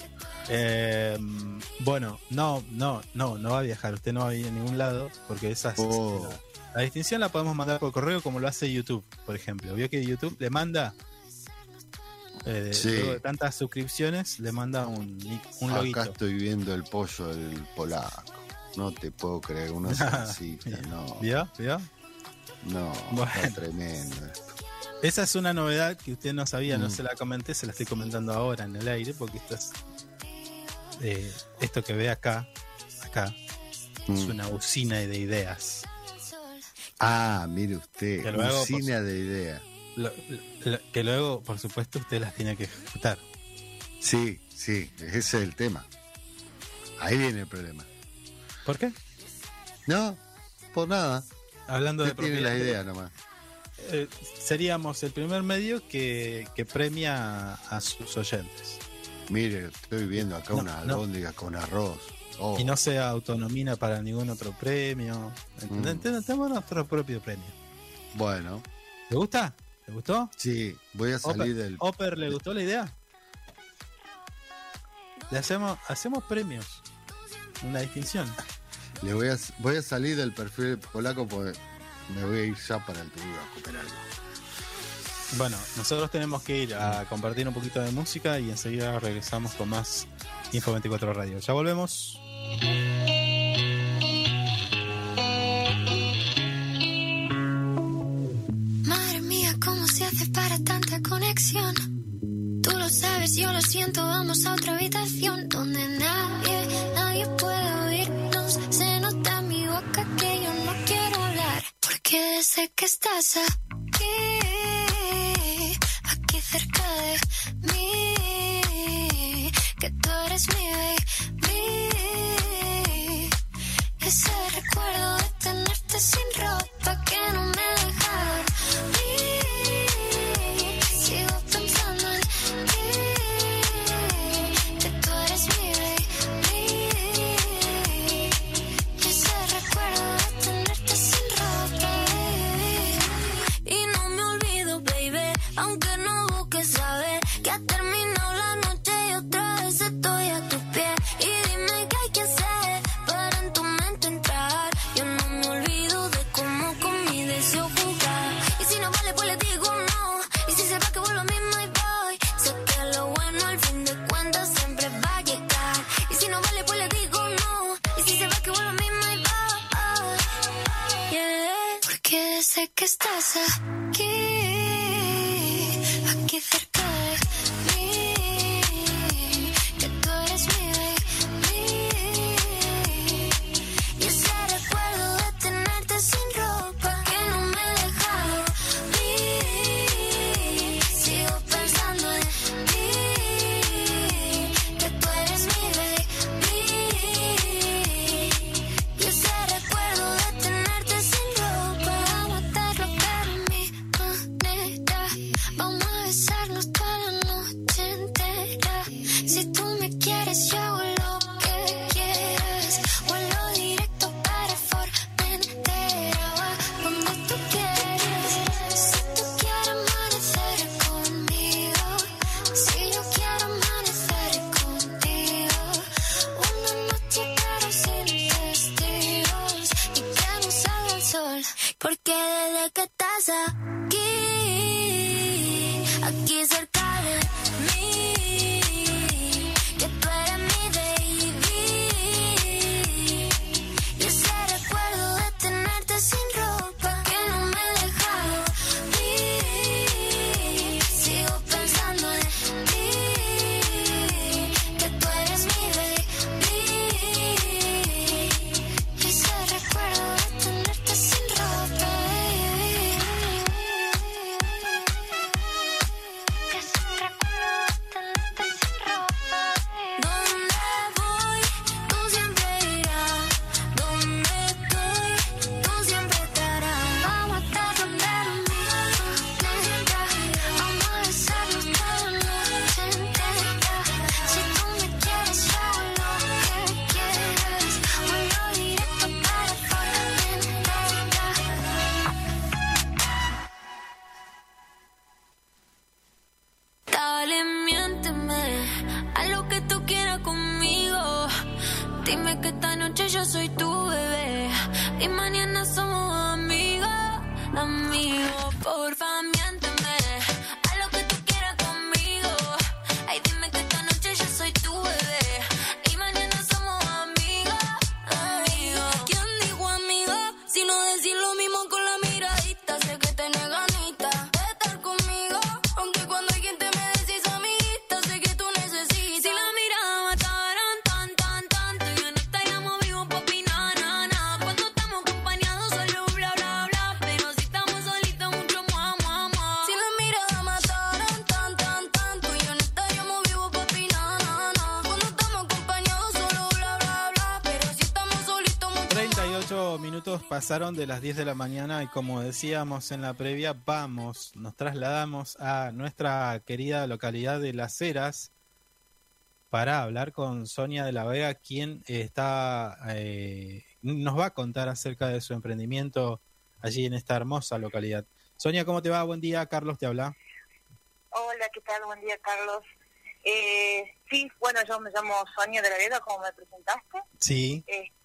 Bueno, no va a viajar, usted no va a ir a ningún lado porque esas Oh. la distinción la podemos mandar por correo como lo hace YouTube, por ejemplo. Vio que YouTube le manda Sí. luego de tantas suscripciones le manda un loguito. Acá estoy viendo el pollo del polaco. No te puedo creer, una salsita, no. ¿Vio? No, Bueno. está tremendo esto. Esa es una novedad que usted no sabía, no se la comenté, se la estoy comentando ahora en el aire porque esto que ve acá es una usina de ideas. Ah, mire usted, Que luego, usina de ideas. Que luego, por supuesto, usted las tiene que ejecutar. Sí, ese es el tema. Ahí viene el problema. ¿Por qué? No, por nada. Hablando de Usted tiene propiedad, la idea nomás. seríamos el primer medio que premia a sus oyentes. Mire, estoy viendo acá No, una no. albóndiga con arroz. Oh, Y no se autonomina para ningún otro premio. Tenemos nuestro propio premio. bueno, ¿Le gusta? ¿Le gustó? sí, voy a salir del... Oper, ¿le gustó la idea? Le hacemos premios. Una distinción. voy a salir del perfil polaco porque me voy a ir ya para el Perú a comer algo. Bueno, nosotros tenemos que ir a compartir un poquito de música y enseguida regresamos con más Info 24 Radio. Ya volvemos. Madre mía, ¿cómo se hace para tanta conexión? Tú lo sabes, yo lo siento, vamos a otra habitación donde nadie puede oírnos. Se nota en mi boca que yo no quiero hablar, porque sé que estás aquí cerca de mí, que tú eres mi baby. Ese recuerdo de tenerte sin ropa que no me deja dormir. Sigo pensando en ti, que tú eres mi baby. Ese recuerdo de tenerte sin ropa, baby. Y no me olvido, baby, aunque no busques saber que ha terminado la noche y otra vez estoy a tus pies. Y dime qué hay que hacer para en tu mente entrar. Yo no me olvido de cómo con mi deseo jugar. Y si no vale, pues le digo no. Y si se va, que vuelvo a mismo y voy. Sé que lo bueno al fin de cuentas siempre va a llegar. Y si no vale, pues le digo no. Y si se va, que vuelvo a mismo y voy. Yeah. Porque sé que estás aquí cerca estás aquí cerca de mí, que tú eres mi baby, y ese recuerdo de tenerte sin ropa que no me he dejado ir, sigo pensando en ti, que tú eres mi baby, y ese recuerdo de tenerte sin ropa, dale, miénteme, haz lo que tú quieras conmigo. Dime que esta noche yo soy tu bebé y mañana somos amigos, amigos. Porfa, miénteme, haz lo que tú quieras conmigo. Ay, dime que esta noche yo soy tu bebé y mañana somos amigos, amigos. ¿Quién dijo amigo? Si no decir lo mismo con la miradita, sé que tenés ganita de estar conmigo, aunque cuando alguien te me decís amiguita, sé que tú necesitas. Si la mirada mataran tan, tan, tanto, yo no estaríamos vivos, papi, na, na, na. Cuando estamos acompañados solo bla, bla, bla, pero si estamos solitos mucho más, más, más. Si la mirada mataran tan, tan, tanto, yo no estaríamos vivos, papi, na, na, na. Cuando estamos acompañados solo bla, bla, bla, pero si estamos solitos mucho más. 38 minutos pasaron de las 10 de la mañana y como decíamos en la previa, nos trasladamos a nuestra querida localidad de Las Heras para hablar con Sonia de la Vega, quien nos va a contar acerca de su emprendimiento allí en esta hermosa localidad. Sonia, ¿cómo te va? Buen día, Carlos te habla. Hola, ¿qué tal? Buen día, Carlos. Sí, bueno, yo me llamo Sonia de la Vega, como me presentaste. Sí.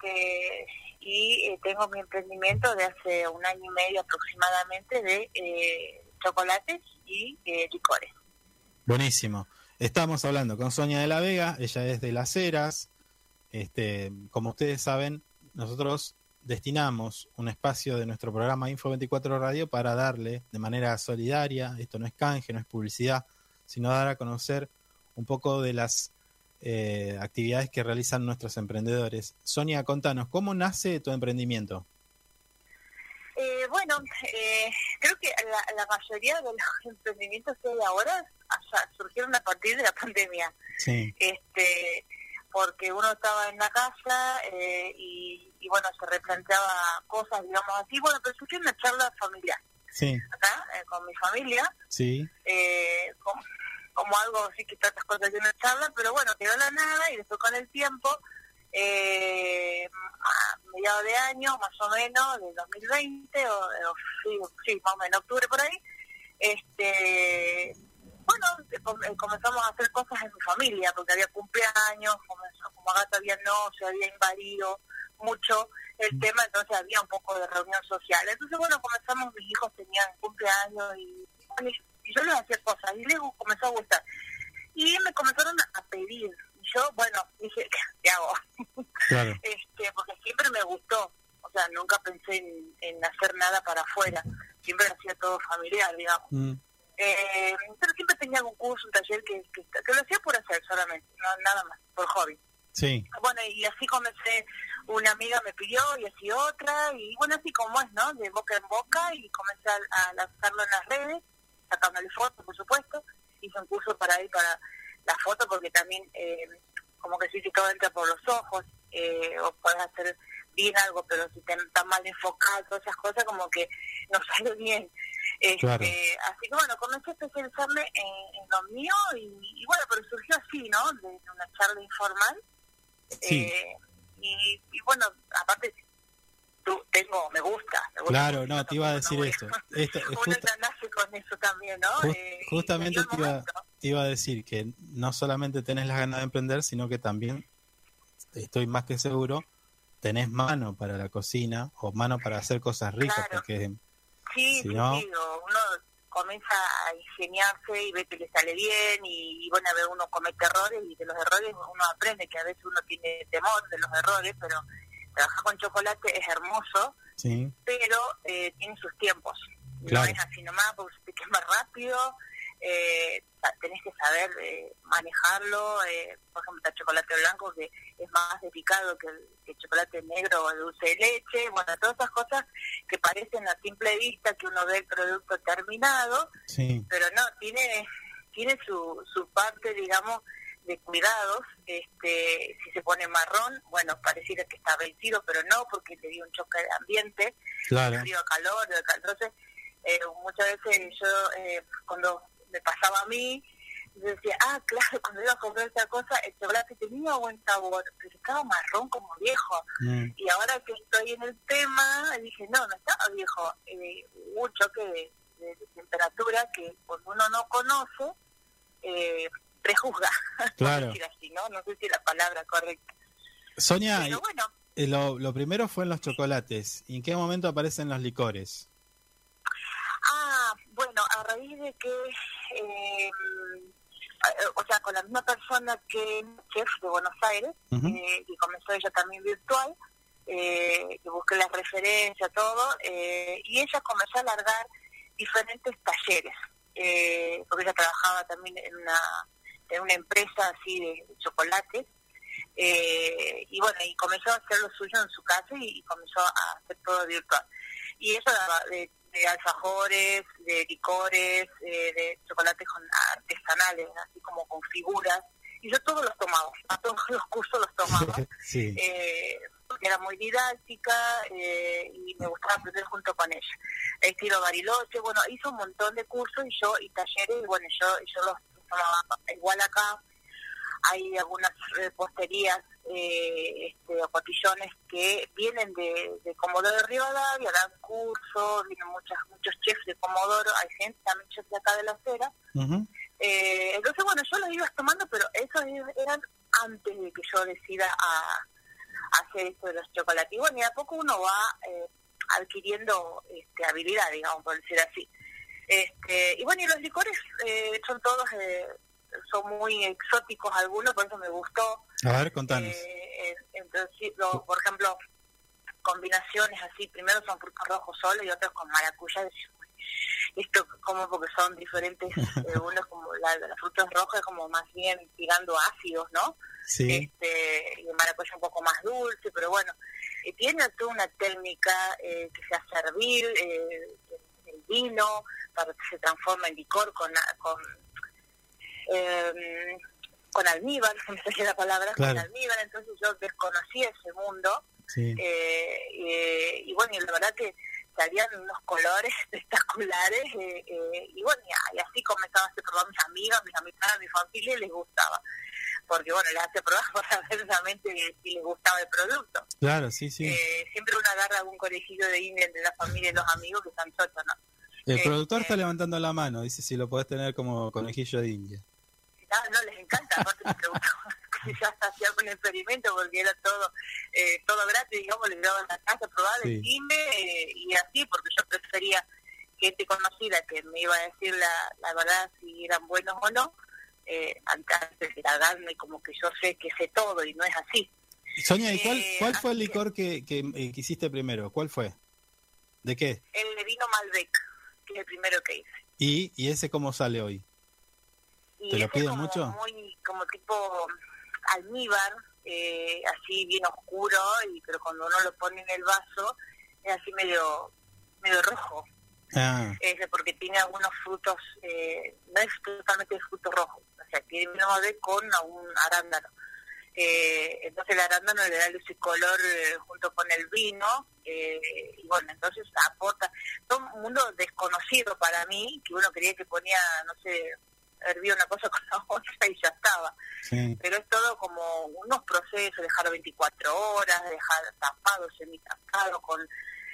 Y tengo mi emprendimiento de hace 1 año y medio aproximadamente de chocolates y licores. Buenísimo. Estamos hablando con Sonia de la Vega, ella es de Las Heras. Como ustedes saben, nosotros destinamos un espacio de nuestro programa Info 24 Radio para darle de manera solidaria, esto no es canje, no es publicidad, sino dar a conocer un poco de las actividades que realizan nuestros emprendedores. Sonia, contanos, ¿cómo nace tu emprendimiento? Bueno, creo que la mayoría de los emprendimientos que hay ahora surgieron a partir de la pandemia. Sí. Porque uno estaba en la casa y bueno, se replanteaba cosas, digamos así. Bueno, pero surgió una charla familiar. Sí. Acá, con mi familia. Sí. Como algo así que tantas cosas de una charla, pero bueno, quedó la nada y después con el tiempo, a mediados de año, más o menos, de 2020, sí, más o menos, octubre por ahí, bueno, comenzamos a hacer cosas en mi familia, porque había cumpleaños, como acá todavía no se había invadido mucho el tema, entonces había un poco de reunión social. Entonces, bueno, comenzamos, mis hijos tenían cumpleaños y yo les hacía cosas y les comenzó a gustar. Y me comenzaron a pedir. Y yo, bueno, dije, ¿qué hago? Claro. Porque siempre me gustó. O sea, nunca pensé en hacer nada para afuera. Siempre hacía todo familiar, digamos. Pero siempre tenía un curso, un taller que lo hacía por hacer solamente, no nada más, por hobby. Sí. Bueno, y así comencé, una amiga me pidió y así otra, y bueno, así como es, ¿no? De boca en boca, y comencé a lanzarlo en las redes, sacándole fotos, por supuesto. Hice un curso para la foto, porque también, como que sí, si todo entra por los ojos, o puedes hacer bien algo, pero si está mal enfocado, todas esas cosas, como que no sale bien. Claro. Así que bueno, comencé a especializarme en lo mío, y bueno, pero surgió así, ¿no? De una charla informal. Sí. Y bueno, aparte me gusta. Claro, no, te iba a decir esto. Uno ya nace con eso también, ¿no? Justamente te iba a decir que no solamente tenés las ganas de emprender, sino que también, estoy más que seguro, tenés mano para la cocina o mano para hacer cosas ricas, claro. Porque Sí, Si sí, no- sí, uno comienza a ingeniarse y ve que le sale bien y bueno, a ver, uno comete errores y de los errores uno aprende, que a veces uno tiene temor de los errores, pero trabajar con chocolate es hermoso, Sí, pero tiene sus tiempos. Claro. No es así nomás, porque se te quema rápido, tenés que saber manejarlo. Por ejemplo, el chocolate blanco, que es más delicado que el chocolate negro o el dulce de leche. Bueno, todas esas cosas que parecen a simple vista que uno ve el producto terminado, sí, pero no, tiene su parte, digamos, de cuidados. Si se pone marrón, bueno, pareciera que está vencido, pero no, porque le dio un choque de ambiente, claro. de frío a calor, entonces muchas veces yo, cuando me pasaba a mí, yo decía, claro, cuando iba a comprar esa cosa, el chocolate tenía buen sabor, pero estaba marrón como viejo. Y ahora que estoy en el tema, dije, no estaba viejo. Hubo un choque de temperatura que cuando uno no conoce, prejuzga, Claro. por decir así, ¿no? No sé si la palabra correcta. Sonia, Pero bueno, lo primero fue en los chocolates. ¿Y en qué momento aparecen los licores? bueno, a raíz de que, o sea, con la misma persona que chef de Buenos Aires, Ujú. que comenzó ella también virtual, que busqué las referencias, todo, y ella comenzó a largar diferentes talleres, porque ella trabajaba también en una empresa así de chocolates, y bueno, y comenzó a hacer lo suyo en su casa y comenzó a hacer todo virtual. Y eso daba de alfajores, de licores, de chocolates artesanales, así como con figuras. Y yo todos los tomaba, a todos los cursos los tomaba, Sí. porque era muy didáctica y me gustaba aprender junto con ella. Estilo Bariloche, bueno, hizo un montón de cursos y talleres, y bueno, yo los tomaba. Igual acá hay algunas reposterías o cotillones que vienen de Comodoro de Rivadavia, dan cursos, vienen muchos chefs de Comodoro, hay gente también chefs de acá de La Cera. Ujú. Entonces, bueno, yo los iba tomando, pero esos eran antes de que yo decida a hacer esto de los chocolates. Y bueno, y a poco uno va adquiriendo habilidad, digamos, por decir así. Y bueno, y los licores son todos... son muy exóticos algunos, por eso me gustó. A ver, contanos. Entonces, por ejemplo, combinaciones así, primero son frutos rojos solo y otros con maracuyá. Esto como porque son diferentes, uno es como la frutos rojos, como más bien tirando ácidos, ¿no? Sí. Y el maracuyá un poco más dulce, pero bueno, tiene toda una técnica que se hace hervir el vino para que se transforme en licor con almíbar, me sale la palabra, claro. Con almíbar. Entonces yo desconocía ese mundo. Sí. Y bueno, y la verdad que salían unos colores espectaculares, y bueno, y así comenzaba a hacer probar mis amigas, mi familia, y les gustaba, porque bueno, les hace probar para ver realmente si les gustaba el producto. Claro, sí, sí. Siempre uno agarra algún conejillo de India entre la familia y los amigos que están chotos, ¿no? El productor está levantando la mano, dice si lo podés tener como conejillo de India. No, les encanta, aparte me preguntaban si ya hacía algún experimento, porque era todo gratis, digamos, les daban a la casa, probar, Sí. decime, y así, porque yo prefería gente conocida que me iba a decir la verdad si eran buenos o no, antes de darme como que yo sé que sé todo, y no es así. Sonia, ¿y cuál fue el licor que hiciste primero? ¿Cuál fue? ¿De qué? El de vino Malbec, que es el primero que hice. ¿Y ese cómo sale hoy? Y ¿Te lo ese piden como mucho? muy como tipo almíbar, así bien oscuro, pero cuando uno lo pone en el vaso es así medio rojo. Porque tiene algunos frutos, no es totalmente fruto rojo, o sea, tiene vino Malbec con un arándano. Entonces el arándano le da ese color junto con el vino, y bueno, entonces aporta todo un mundo desconocido para mí, que uno creía que ponía, no sé, hervía una cosa con la otra y ya estaba. Sí. Pero es todo como unos procesos, dejarlo 24 horas, dejar tapado, semitapado, con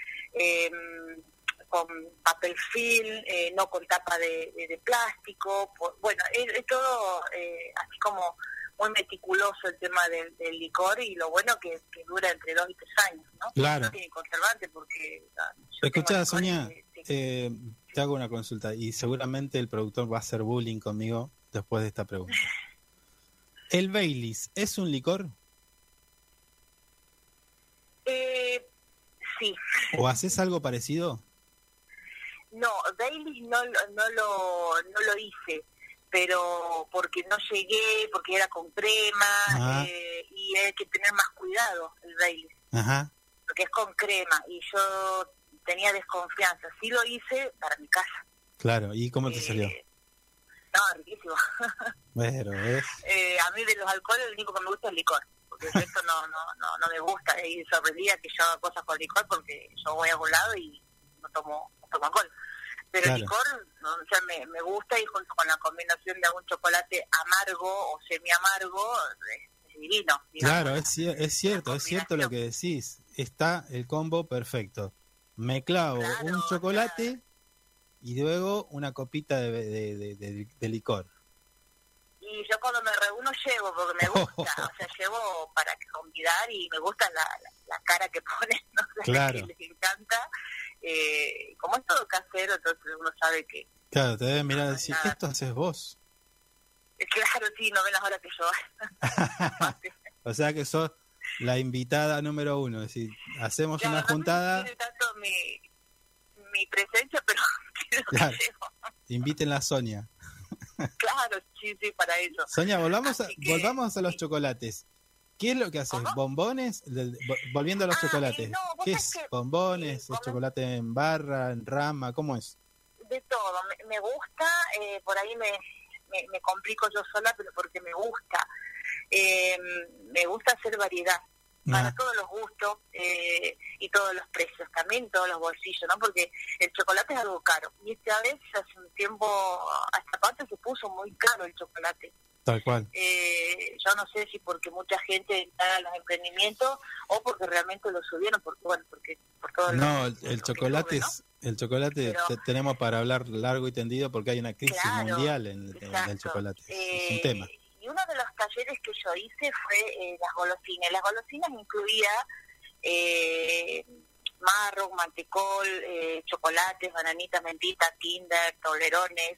papel film, no con tapa de plástico. Bueno, es todo así como muy meticuloso el tema del licor, y lo bueno que dura entre 2 y 3 años, ¿no? Claro. No tiene conservante, porque Escuchá, Sonia, te hago una consulta y seguramente el productor va a hacer bullying conmigo después de esta pregunta. ¿El Baileys es un licor? Sí. ¿O haces algo parecido? No, Baileys no lo hice, pero porque no llegué, porque era con crema, y hay que tener más cuidado el Baileys. Ajá. Porque es con crema y yo tenía desconfianza. Sí lo hice para mi casa. Claro, ¿y cómo te salió? No, riquísimo. Bueno, ¿ves? A mí de los alcoholes lo único que me gusta es el licor, porque esto no me gusta. Y sorprendía que yo haga cosas con licor porque yo voy a algún lado y no tomo alcohol. Pero claro. El licor, o sea, me gusta, y junto con la combinación de algún chocolate amargo o semi-amargo, es divino. Digamos. Claro, es cierto lo que decís. Está el combo perfecto. Me clavo un chocolate y luego una copita de licor. Y yo cuando me reúno llevo, porque me gusta, o sea, llevo para convidar y me gusta la cara que ponen, ¿no? Claro. Que les encanta. Como es todo casero, entonces uno sabe que... Claro, te deben mirar y decir, esto haces vos. Claro, sí, no ven las horas que yo. O sea que sos la invitada número 1, es decir, hacemos claro, una juntada... No tiene tanto mi presencia, pero claro. Inviten a Sonia. Claro, sí, para eso. Sonia, volvamos a los chocolates. ¿Qué es lo que haces? ¿Cómo? ¿Bombones? Volviendo a los chocolates. No, ¿qué es? ¿Bombones? ¿Es chocolate en barra, en rama? ¿Cómo es? De todo. Me gusta, por ahí me complico yo sola, pero porque me gusta. Me gusta hacer variedad. Para todos los gustos y todos los precios también, todos los bolsillos, ¿no? Porque el chocolate es algo caro. Y esta vez, hace un tiempo, hasta parte se puso muy caro el chocolate. Tal cual. Yo no sé si porque mucha gente está en los emprendimientos o porque realmente lo subieron, porque por todo el chocolate es... El chocolate tenemos para hablar largo y tendido porque hay una crisis mundial en el chocolate. Es un tema. Y uno de los talleres que yo hice fue las golosinas. Las golosinas incluía marro, mantecol, chocolates, bananitas, mentitas, Kinder, Toblerones,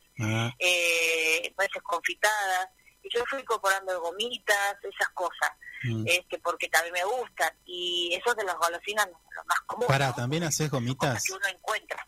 nueces confitadas. Y yo fui incorporando gomitas, esas cosas, porque también me gustan. Y eso de las golosinas lo más común. ¿No? ¿También haces gomitas? Que uno encuentra.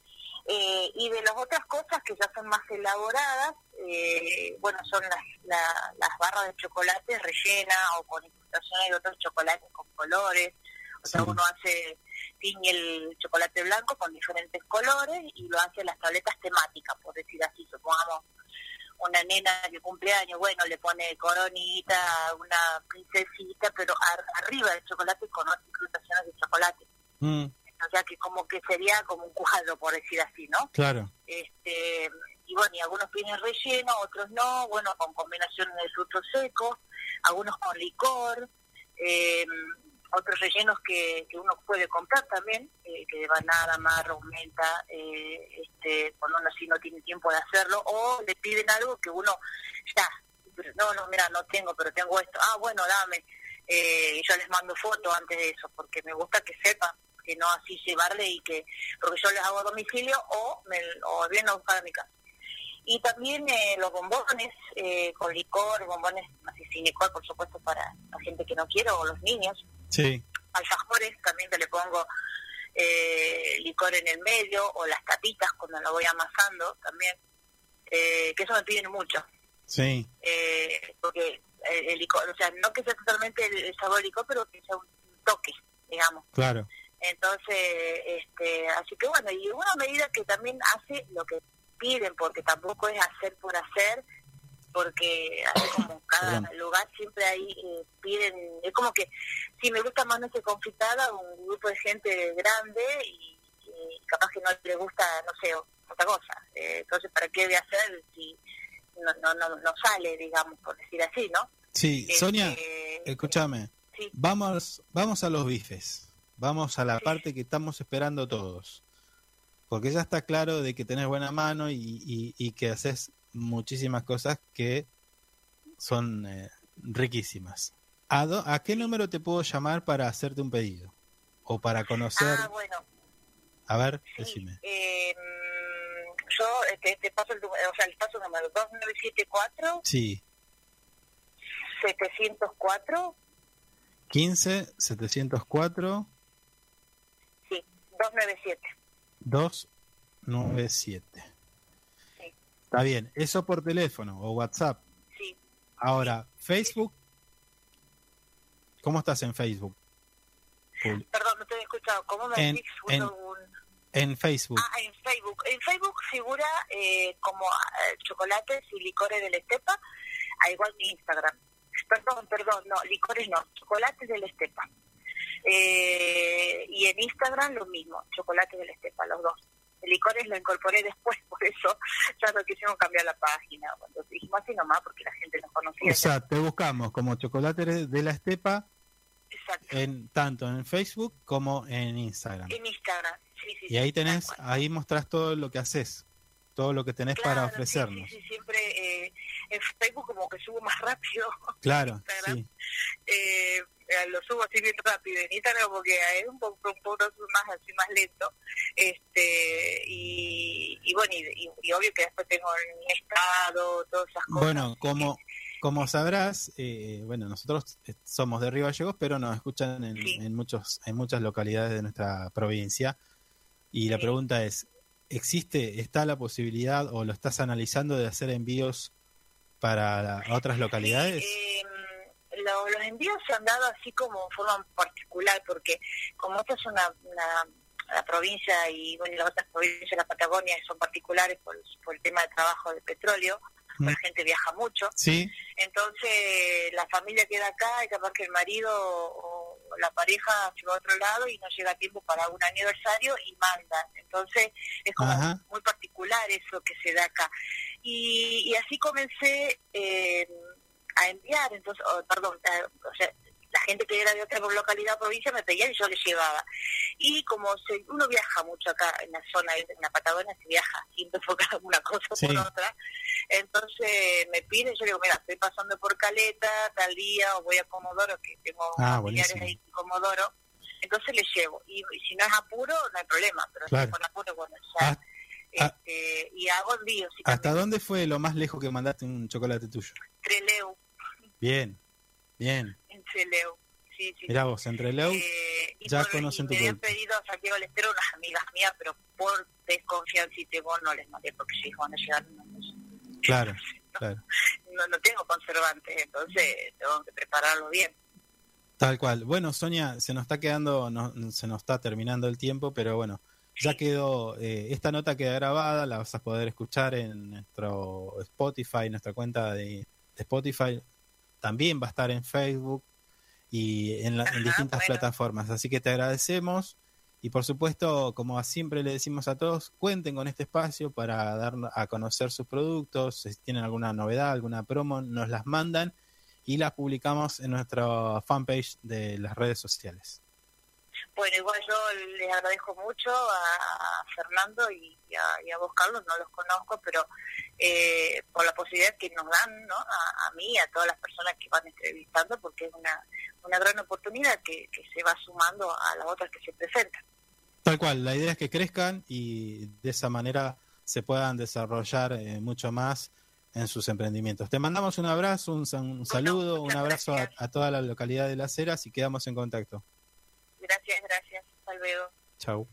Y de las otras cosas que ya son más elaboradas, son las barras de chocolate rellenas o con incrustaciones de otros chocolates con colores. O sea, uno tiñe el chocolate blanco con diferentes colores y lo hace en las tabletas temáticas, por decir así. Supongamos una nena que cumple años, bueno, le pone coronita, una princesita, pero arriba del chocolate con otras incrustaciones de chocolate. O sea, que como que sería como un cuadro, por decir así, ¿no? Claro. Y bueno, y algunos tienen relleno, otros no, bueno, con combinaciones de frutos secos, algunos con licor, otros rellenos que uno puede comprar también, que de banana, marro, menta, cuando uno así no tiene tiempo de hacerlo, o le piden algo que uno, mira, no tengo, pero tengo esto, bueno, dame, y yo les mando fotos antes de eso, porque me gusta que sepan, que no así llevarle porque yo les hago a domicilio o vienen a buscar a mi casa. Y también los bombones con licor, bombones así sin licor, por supuesto, para la gente que no quiere o los niños. Sí. Alfajores también, que le pongo licor en el medio, o las tapitas cuando lo voy amasando también, que eso me piden mucho. Sí. Porque el licor, o sea, no que sea totalmente el sabor del licor, pero que sea un toque, digamos. Claro. Entonces, así que bueno, y una medida que también hace lo que piden, porque tampoco es hacer por hacer, porque así como cada lugar siempre ahí piden, es como que si me gusta más nuez confitada, un grupo de gente grande y capaz que no le gusta, no sé, otra cosa. Entonces, ¿para qué voy a hacer si no sale, digamos, por decir así, ¿no? Sí, Sonia, escúchame, sí. Vamos a los bifes. Vamos a la parte que estamos esperando todos. Porque ya está claro de que tenés buena mano y que haces muchísimas cosas que son riquísimas. ¿A qué número te puedo llamar para hacerte un pedido? O para conocer... bueno. A ver, decime. Yo te paso el número, o sea, les paso el número 2974 Sí. 704 15 704 sí, 297. 297. Sí. Está bien, eso por teléfono o WhatsApp. Sí. Ahora, Facebook. ¿Cómo estás en Facebook? Perdón, no te he escuchado. ¿Cómo me decís? En Facebook. En Facebook. En Facebook figura como chocolates y licores del Estepa, al igual que Instagram. Perdón, no, licores no, chocolates del Estepa. Y en Instagram lo mismo, chocolates del Estepa, los dos. El licores lo incorporé después, por eso ya no quisimos cambiar la página. Cuando dijimos así nomás, porque la gente nos conocía. O sea, te buscamos como chocolates de la Estepa. Exacto. Tanto en Facebook como en Instagram. En Instagram, sí. Y ahí tenés, ahí mostrás todo lo que haces, todo lo que tenés para ofrecernos. Sí, siempre en Facebook como que subo más rápido. Claro, Instagram, sí. Lo subo así bien rápido en Instagram porque es un poco más así más lento. Y bueno, y obvio que después tengo mi estado, todas esas cosas. Bueno, como sabrás, bueno, nosotros somos de Río Gallegos, pero nos escuchan en muchas localidades de nuestra provincia. Y la pregunta es, ¿está la posibilidad o lo estás analizando de hacer envíos para otras localidades? Los envíos se han dado así como en forma particular, porque como esta es una provincia y bueno, las otras provincias de la Patagonia son particulares por el tema de trabajo de petróleo, la gente viaja mucho. Sí. Entonces la familia queda acá y capaz que el marido o la pareja se va a otro lado y no llega a tiempo para un aniversario y mandan. Entonces es como muy particular eso que se da acá. Y así comencé a enviar, entonces, o sea, la gente que era de otra localidad o provincia me pedía y yo les llevaba. Y como uno viaja mucho acá en la zona, en la Patagonia se viaja, siempre enfocado en una cosa por otra, entonces me piden, yo digo, mira, estoy pasando por Caleta, tal día, o voy a Comodoro, que tengo familiares ahí en Comodoro, entonces les llevo. Y si no es apuro, no hay problema, pero si es con apuro, bueno, ya... y hago envíos. ¿Hasta dónde fue lo más lejos que mandaste un chocolate tuyo? Trelew. Bien. En Trelew, sí. Mirá vos, en Trelew ya conocen tu producto. Me habían pedido a Santiago del Estero unas amigas mías, pero por desconfianza y temor no les mandé, porque si van a llegar Claro. No tengo conservantes, entonces tengo que prepararlo bien. Tal cual. Bueno, Sonia, se nos está terminando el tiempo, pero bueno, ya quedó, esta nota queda grabada, la vas a poder escuchar en nuestro Spotify, nuestra cuenta de Spotify, también va a estar en Facebook y en distintas plataformas, así que te agradecemos y por supuesto, como siempre le decimos a todos, cuenten con este espacio para dar a conocer sus productos, si tienen alguna novedad, alguna promo, nos las mandan y las publicamos en nuestra fanpage de las redes sociales. Bueno, igual yo les agradezco mucho a Fernando y a vos, Carlos, no los conozco, pero por la posibilidad que nos dan, ¿no? A mí y a todas las personas que van entrevistando, porque es una gran oportunidad que se va sumando a las otras que se presentan. Tal cual, la idea es que crezcan y de esa manera se puedan desarrollar mucho más en sus emprendimientos. Te mandamos un abrazo, un saludo, un abrazo a toda la localidad de Las Heras y quedamos en contacto. Gracias. Hasta luego. Chau.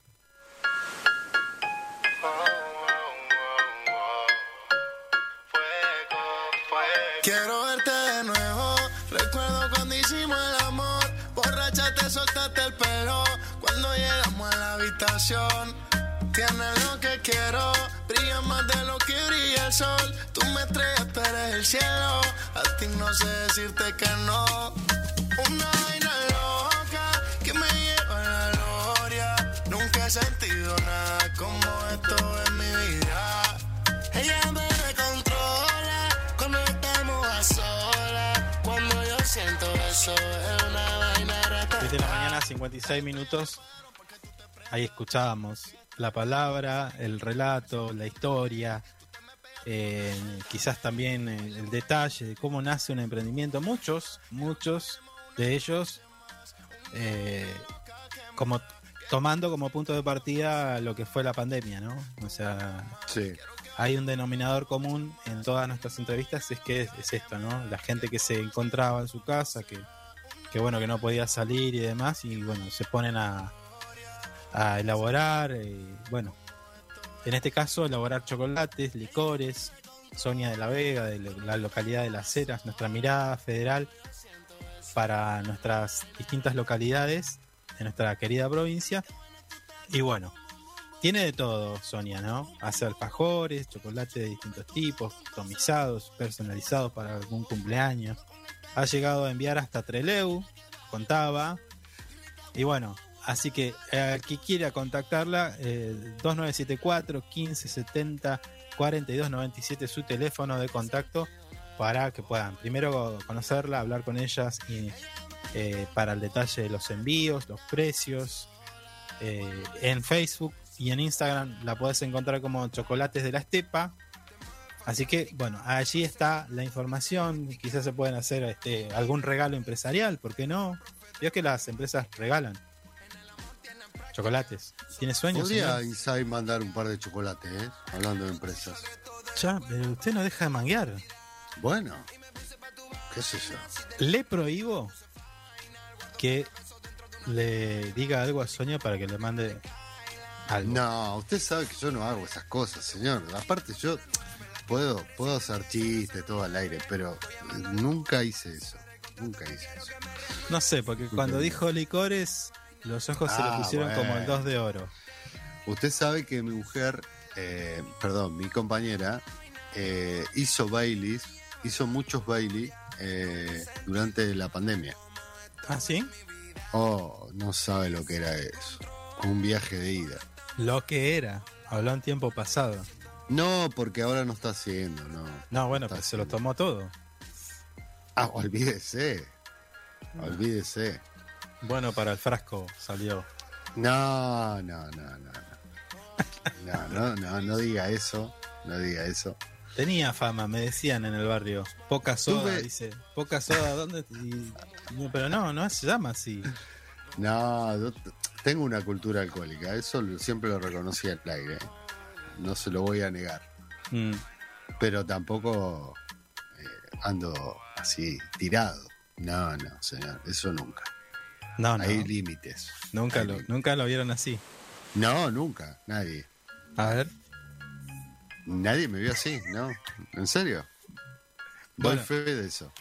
Quiero verte de nuevo. Recuerdo cuando hicimos el amor. Borracha te soltaste el pelo. Cuando llegamos a la habitación. Tienes lo que quiero. Brilla más de lo que brilla el sol. Tú me estrellas, tú eres el cielo. A ti no sé decirte que no. Una vaina loca que me lleva a la gloria. Nunca he sentido nada como esto en mi vida. Ella me controla cuando estamos a solas. Cuando yo siento eso es una vaina rata. 7 de la mañana, 56 minutos. Ahí escuchábamos la palabra, el relato, la historia, quizás también el detalle de cómo nace un emprendimiento. Muchos de ellos, como tomando como punto de partida lo que fue la pandemia, ¿no? O sea, Sí. hay un denominador común en todas nuestras entrevistas, es que es esto, ¿no? La gente que se encontraba en su casa, que bueno, que no podía salir y demás, y bueno, se ponen a elaborar, bueno, en este caso elaborar chocolates, licores. Sonia de la Vega, de la localidad de Las Heras, nuestra mirada federal para nuestras distintas localidades de nuestra querida provincia. Y bueno, tiene de todo Sonia, ¿no? Hace alfajores, chocolate de distintos tipos, customizados, personalizados para algún cumpleaños. Ha llegado a enviar hasta Trelew, contaba. Y bueno, así que al que quiera contactarla, 2974 1570 4297 su teléfono de contacto para que puedan primero conocerla, hablar con ellas y para el detalle de los envíos, los precios. En Facebook y en Instagram la podés encontrar como Chocolates de la Estepa. Así que bueno, allí está la información. Quizás se pueden hacer algún regalo empresarial, ¿por qué no? Veo que las empresas regalan chocolates. ¿Tiene sueños? Podría Inside mandar un par de chocolates, hablando de empresas. Ya, pero usted no deja de manguear. Bueno, qué sé yo. Le prohíbo que le diga algo a Sonia para que le mande algo. No, usted sabe que yo no hago esas cosas, señor. Aparte yo puedo hacer chistes todo al aire, pero nunca hice eso. No sé, porque cuando dijo licores, los ojos se le pusieron como el 2 de oro. Usted sabe que mi mujer, mi compañera, hizo Baileys, hizo muchos Baileys durante la pandemia. ¿Ah, sí? Oh, no sabe lo que era eso. Un viaje de ida. Lo que era. Habló en tiempo pasado. No, porque ahora no está haciendo, no. No, bueno, pues se lo tomó todo. Ah, olvídese. Bueno, para el frasco salió. No diga eso. Tenía fama, me decían en el barrio. Poca soda, dice. Poca soda, ¿dónde? Pero no se llama así. No, yo tengo una cultura alcohólica, eso siempre lo reconocí al aire. No se lo voy a negar. Pero tampoco ando así, tirado. No, señor, eso nunca. No. Hay límites. Nunca lo vieron así. No, nunca, nadie. A ver. Nadie me vio así, ¿no? ¿En serio? Doy fe de eso.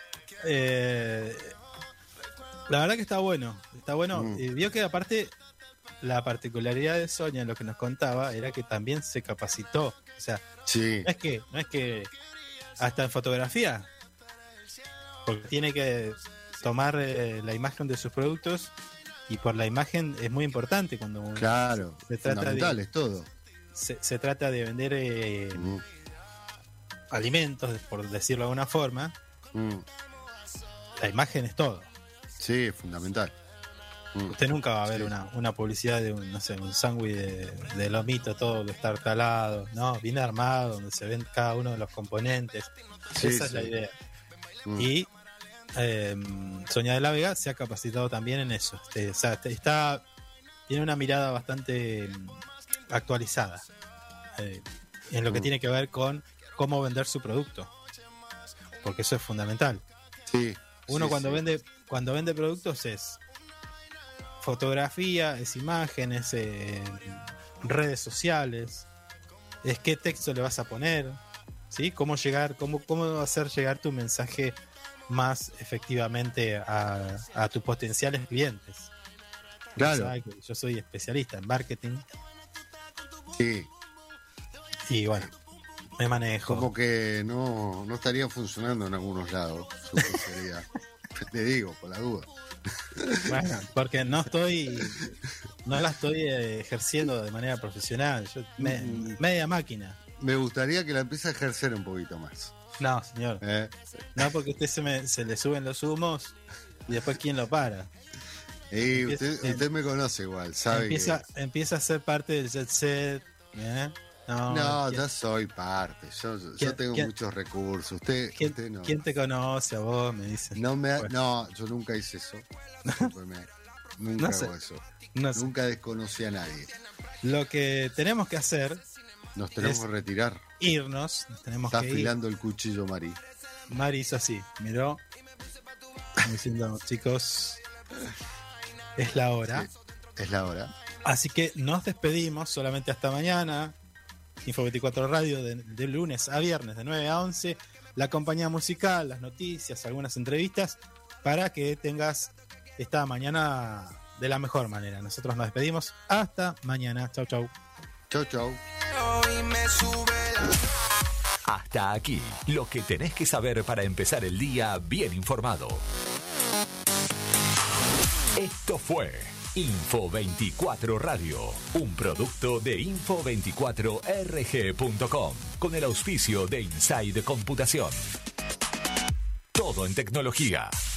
La verdad que está bueno. Vio que aparte la particularidad de Sonia, lo que nos contaba, era que también se capacitó. O sea, sí. no es que hasta en fotografía, porque tiene que tomar la imagen de sus productos, y por la imagen es muy importante cuando claro, se trata de, es todo. Se trata de vender alimentos, por decirlo de alguna forma. La imagen es todo. Sí, es fundamental. Usted nunca va a ver una publicidad de un sándwich de lomito todo destartalado, no, bien armado, donde se ven cada uno de los componentes. Esa es la idea. Y Sonia de la Vega se ha capacitado también en eso. Tiene una mirada bastante actualizada en lo que tiene que ver con cómo vender su producto, porque eso es fundamental. Sí. Uno cuando vende productos es fotografía, es imágenes, redes sociales, es qué texto le vas a poner, ¿sí? Cómo hacer llegar tu mensaje más efectivamente a tus potenciales clientes. Claro. Yo soy especialista en marketing. Sí. Y bueno, me manejo. Como que no estaría funcionando en algunos lados su puntería. Te digo, por la duda. Bueno, porque no la estoy ejerciendo de manera profesional. Yo media máquina. Me gustaría que la empiece a ejercer un poquito más. No, señor. No, porque usted se le suben los humos y después ¿quién lo para? Usted me conoce igual, sabe empieza a ser parte del jet set. No, ya soy parte. Yo tengo muchos recursos. Usted no. ¿Quién te conoce a vos? Me dice. No, yo nunca hice eso. Discúlpeme. Nunca No sé. hago eso. No sé. Nunca desconocí a nadie. Lo que tenemos que hacer, Nos tenemos Es- que retirar. irnos, nos tenemos Está que ir. afilando el cuchillo, Mari. Mari hizo así, miró, como diciendo, chicos, es la hora. Sí, es la hora. Así que nos despedimos solamente hasta mañana. Info 24 Radio de lunes a viernes de 9 a 11. La compañía musical, las noticias, algunas entrevistas para que tengas esta mañana de la mejor manera. Nosotros nos despedimos. Hasta mañana. Chau, chau. Chau, chau. Hoy me sube la... Hasta aquí, lo que tenés que saber para empezar el día bien informado. Esto fue Info 24 Radio, un producto de info24rg.com, con el auspicio de Inside Computación. Todo en tecnología.